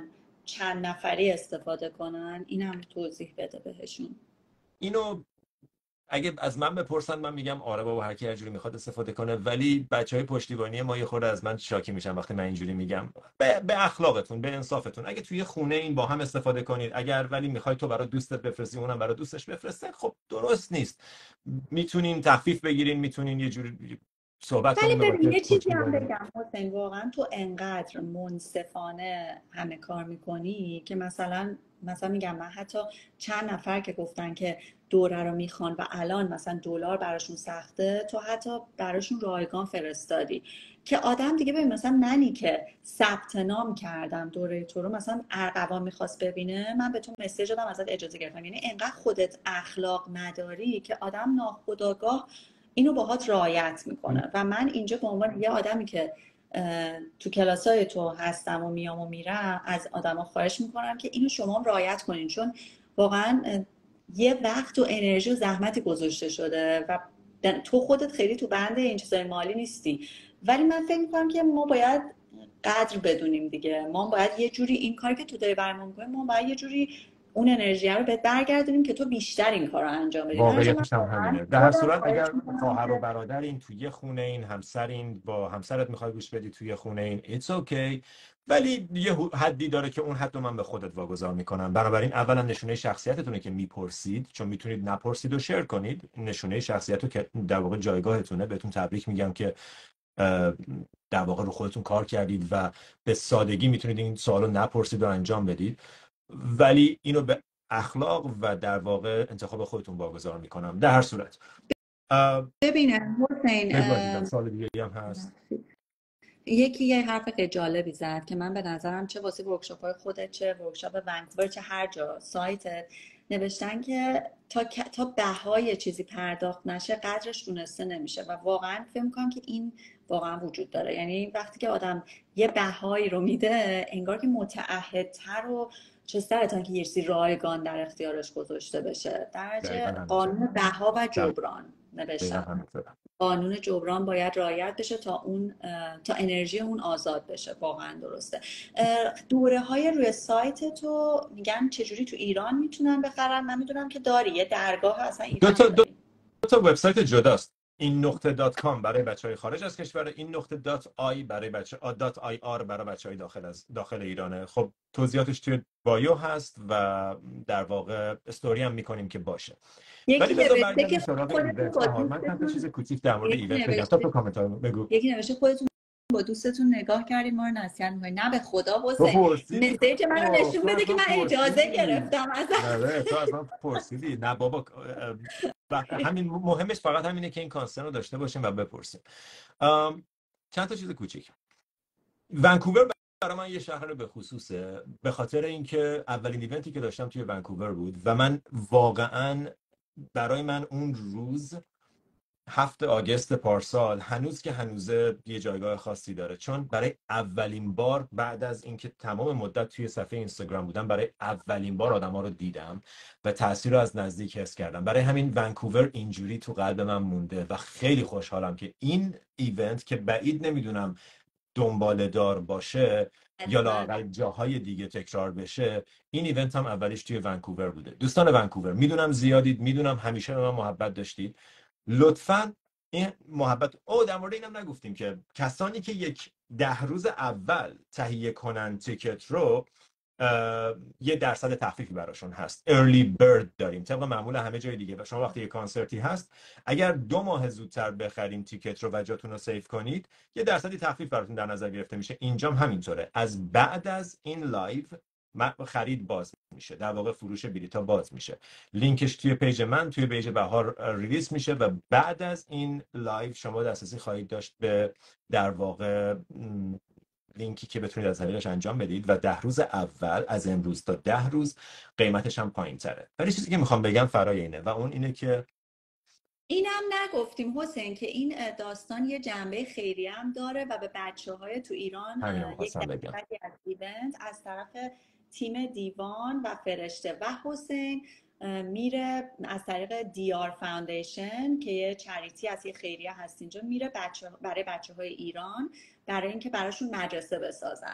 چند نفری استفاده کنن؟ اینم توضیح بده بهشون. اینو اگه از من بپرسن من میگم آره بابا هر کی هر جوری میخواد استفاده کنه، ولی بچهای پشتیبانی ما یه خورده از من شاکی میشن وقتی من اینجوری میگم. به, به اخلاقتون، به انصافتون، اگه توی خونه این با هم استفاده کنید، اگر ولی میخوای تو برای دوستت بفرستی اونم برای دوستش بفرسته، خب درست نیست. میتونین تخفیف بگیرین، میتونین یه جوری صحبت ولی کنیم با ببین بچه یه چیزی هم پشتیبانی. بگم حسین، واقعا تو انقدر منصفانه همه کار میکنی که مثلا مثلا میگم من حتی چند نفر که گفتن که دوره رو میخوان و الان مثلا دلار براشون سخته، تو حتی براشون رایگان فرستادی که آدم دیگه. ببین مثلا منی که ثبت نام کردم دوره تو رو، مثلا ارغوان میخواست ببینه، من به تو مسیج دادم ازت اجازه گرفتم. یعنی انقدر خودت اخلاق نداری که آدم ناخودآگاه اینو باهات رعایت میکنه. و من اینجا به عنوان یه آدمی که تو کلاسای تو هستم و میام و میرم، از آدما خواهش میکنم که اینو شما رعایت کنین، چون واقعا یه وقت و انرژی و زحمتی گذاشته شده و تو خودت خیلی تو بند این چیزای مالی نیستی. ولی من فکر میکنم که ما باید قدر بدونیم دیگه. ما باید یه جوری این کاری که تو داری برامون میکنی، ما باید یه جوری اون انرژی رو بهت برگردونیم که تو بیشتر این کار رو انجام بدی. در من واقعیتش هم واقعا همینه. در هر خودم صورت خواهش اگر میکنم خواهر و که برادر این توی یه خونه، این همسر این با همسرت میخوای گوش بدی توی خونه این، it's okay. ولی یه حدی داره که اون حد رو من به خودت واگذار میکنم. بنابراین اولا نشونه شخصیتتونه که میپرسید، چون میتونید نپرسید و شیر کنید. نشونه شخصیت رو که در واقع جایگاهتونه. بهتون تبریک میگم که در واقع رو خودتون کار کردید و به سادگی میتونید این سوالو نپرسید و انجام بدید. ولی اینو به اخلاق و در واقع انتخاب خودتون واگذار میکنم. در هر صورت ببینم حسین، بگو عزیزم، سوال دیگه هم هست. یکی یه حرف خیلی جالبی زد که من به نظرم چه واسه ورکشاپ های خودت، چه ورکشاپ ونکوور، چه هر جا سایتت نوشتن که تا تا بهای چیزی پرداخت نشه قدرش دونسته نمیشه. و واقعا فکر می‌کنم که این واقعا وجود داره. یعنی وقتی که آدم یه بهایی رو میده، انگار که متعهدتر و چیزتره تا که یه چیزی رایگان در اختیارش گذاشته بشه. دقیقا درجه همینطور. قانون بها و جبران دقیقا نوشتن. همینطور. قانون جبران باید رعایت بشه تا اون تا انرژی اون آزاد بشه. واقعا درسته. دوره های روی سایت تو میگن چجوری تو ایران میتونن بخرن؟ من میدونم که داری یه درگاه اصلا دو ایران تا دو داری. تا وبسایت جداست. این نقطه دات کام برای بچهای خارج از کشور، این نقطه دات آی برای بچه دات آی آر برای بچهای داخل از داخل ایرانه. خب توضیحاتش توی بایو هست و در واقع استوری هم میکنیم که باشه. ولی یکی بذار نوشته که برگردیم سراغ خودتون ایونت. با بهار من چند تا دوستتون چیز کوچیک در مورد یکی ایونت بگم تا تو نوشته کامنت رو بگو. یکی نوشته خودتون با دوستتون نگاه کردین ما رو نصیحت میکنین. نه به خدا تو حسین، پرسیدی؟ مسیج منو اوه، نشون تو بده از که من من اجازه پرسیدی؟ گرفتم ازت. نه تو از من پرسیدی؟ نه بابا. اه، همین مهمش فقط همینه که این کانسرن رو داشته باشیم و بپرسیم. ام، چند تا چیز کوچیک. ونکوور برای من یه شهر به خصوصه، به خاطر اینکه اولین ایونتی که داشتم توی ونکوور بود و من واقعا برای من اون روز هفت آگوست پارسال هنوز که هنوزه یه جایگاه خاصی داره، چون برای اولین بار بعد از اینکه تمام مدت توی صفحه اینستاگرام بودم، برای اولین بار آدما رو دیدم و تاثیر رو از نزدیک حس کردم. برای همین ونکوور اینجوری تو قلب من مونده و خیلی خوشحالم که این ایونت که بعید نمیدونم دنباله دار باشه یا لااقل جاهای دیگه تکرار بشه، این ایونت هم اولیش توی ونکوور بوده. دوستان ونکوور، میدونم زیادید، میدونم همیشه به من محبت داشتید. لطفاً این محبت او در مورد اینم نگفتیم که کسانی که یک ده روز اول تهیه کنن تیکت رو، یه درصد تخفیفی براشون هست. early bird داریم طبق معمول همه جای دیگه. و شما وقتی یه کانسرتی هست اگر دو ماه زودتر بخرین تیکت رو و جاتون رو سیو کنید، یه درصدی تخفیف براتون در نظر گرفته میشه. اینجام همینطوره. از بعد از این لایو خرید باز میشه، در واقع فروش بلیط‌ها باز میشه. لینکش توی پیج من توی پیج بهار ریلیز میشه و بعد از این لایو شما دسترسی خواهید داشت به در واقع لینکی که بتونید از طریقش انجام بدید و ده روز اول از امروز تا ده روز قیمتش هم پایین تره. ولی چیزی که میخوام بگم فرای اینه و اون اینه که اینم نگفتیم حسین که این داستان یه جنبه خیریه هم داره و به بچه‌های تو ایران همین یک میخواستم بگم. درصدی از ایونت از طرف تیم دیوان و فرشته و حسین میره از طریق دی آر فاوندیشن که یه چریتی از یه خیریه هست اینجا، میره بچه برای بچه‌های ایران برای اینکه براشون مدرسه بسازن.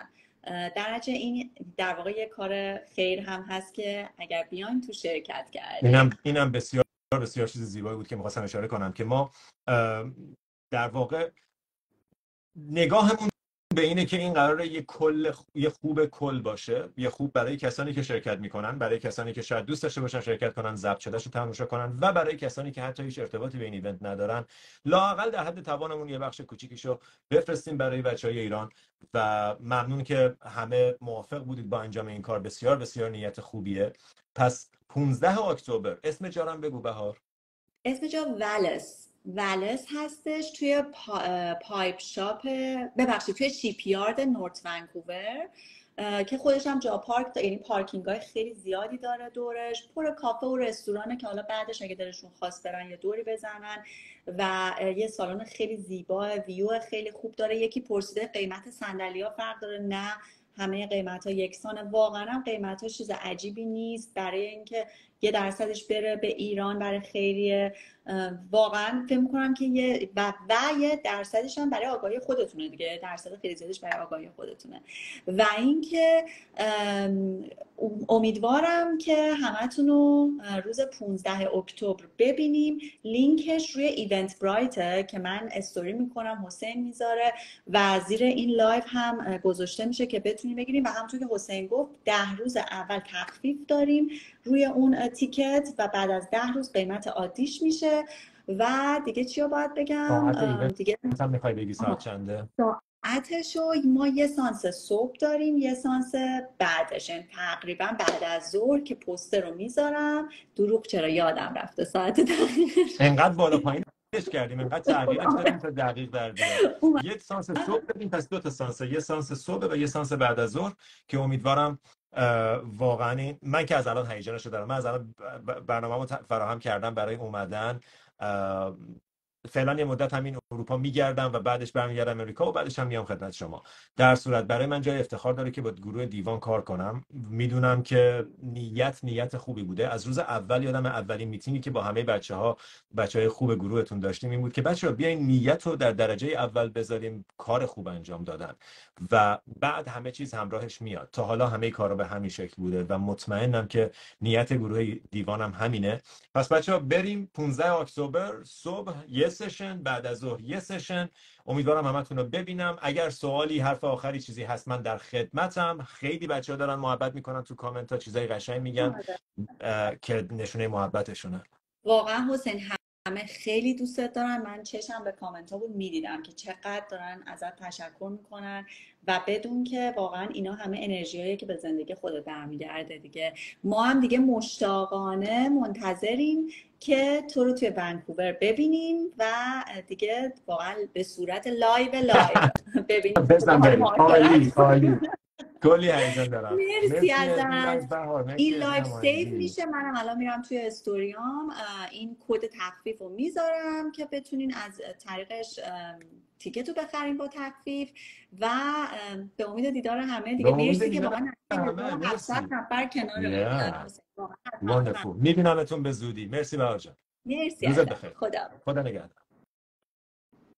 درجه این در واقع یه کار خیر هم هست که اگر بیاین تو شرکت کردیم. اینم اینم بسیار بسیار چیز زیبایی بود که می‌خواستم اشاره کنم که ما در واقع نگاهمون به اینه که این قراره یه کل یه خوب کل باشه، یه خوب برای کسانی که شرکت میکنن، برای کسانی که شاید دوست داشته باشن شرکت کنن، ضبط شدهشو تماشا کنن، و برای کسانی که حتی هیچ ارتباطی به این ایونت ندارن، لااقل در حد توانمون یه بخش کوچیکیشو بفرستیم برای بچهای ایران. و ممنون که همه موافق بودید با انجام این کار. بسیار بسیار نیت خوبیه. پس پانزده اکتبر اسم جارم بگو بهار. اسم جا ولس ولس هستش، توی پا، پایپ شاپ ببخشید توی شیپ یارد نورت ونکوور که خودش هم جا پارک داره، یعنی پارکینگ های خیلی زیادی داره دورش، پر کافه و رستورانه که حالا بعدش اگه دلشون خواست برن یه دوری بزنن، و یه سالن خیلی زیبا، ویو خیلی خوب داره. یکی پرسیده قیمت صندلی‌ها فرق داره؟ نه، همه قیمت ها یکسانه. واقعا هم قیمت ها چیز عجیبی نیست برای اینکه یه درصدش بره به ایران برای خیریه. واقعا فکر می‌کنم که یه و, و یه درصدش هم برای آگاهی خودتونه دیگه، درصد خیلی زیادش برای آگاهی خودتونه. و اینکه امیدوارم که همتون رو روز پانزده اکتبر ببینیم. لینکش روی ایونت برایت که من استوری میکنم، حسین میذاره و زیر این لایو هم گذاشته میشه که بتونیم بگیریم. و همونطور که حسین گفت ده روز اول تخفیف داریم روی اون تیکت و بعد از ده روز قیمت عادیش میشه. و دیگه چی رو باید بگم دیگه؟ هم میخوای بگی ساعت چنده؟ ساعتشو ما یه سانس صبح داریم، یه سانس بعدش، یعنی تقریبا بعد از ظهر که پوستر رو میذارم. دروغ چرا یادم رفته ساعت دقیقش. انقدر بالا پایین کردیم، انقدر تغییرش دادیم تا دقیق در بیاد. یه سانس صبح دادیم، پس دو تا سانس، یه سانس صبح و یه سانس بعد از ظهر که امیدوارم واقعا من که از الان هیجانشو دارم. من از الان برنامه‌مو فراهم کردم برای اومدن. فعلا یه مدت همین اروپا میگردم و بعدش برمیگردم امریکا و بعدش هم میام خدمت شما. در صورت برای من جای افتخار داره که با گروه دیوان کار کنم. میدونم که نیت نیت خوبی بوده. از روز اول یادم اولین میتینگی که با همه بچه‌ها بچهای خوب گروهتون داشتیم این بود که بچه‌ها بیاین نیت رو در درجه اول بذاریم، کار خوب انجام دادن و بعد همه چیز همراهش میاد. تا حالا همه کارا به همین شکل بوده و مطمئنم که نیت گروه دیوان هم همینه. پس بچه‌ها بریم پانزده اکتبر صبح یه سشن، بعد از ظهر یه سشن. امیدوارم همتون رو ببینم. اگر سوالی، حرف آخری، چیزی هست من در خدمتم. خیلی بچه‌ها دارن محبت میکنن تو کامنت ها، چیزای قشنگ میگن که نشونه محبتشونه. واقعا حسین همه خیلی دوستت دارن. من چشم به کامنت ها بود میدیدم که چقدر دارن ازت تشکر میکنن و بدون که واقعا اینا همه انرژیایی که به زندگی خودت برمیگرده دیگه. ما هم دیگه مشتاقانه منتظریم که تو رو توی ونکوور ببینیم و دیگه واقعا به صورت لایو لایو ببینیم. بزن بریم. عالی عالی. کلی هیجان دارم. مرسی ازت. این لایو سیو میشه. منم الان میرم توی استوریام این کد تخفیف رو میذارم که بتونین از طریقش تیکت رو بخرین با تخفیف و به امید دیدار همه دیگه. مرسی که واقعا هفتصد نفر کنار من. میبینمتون به زودی. مرسی بهار جان. مرسی ازت. خدا خدا نگهدار.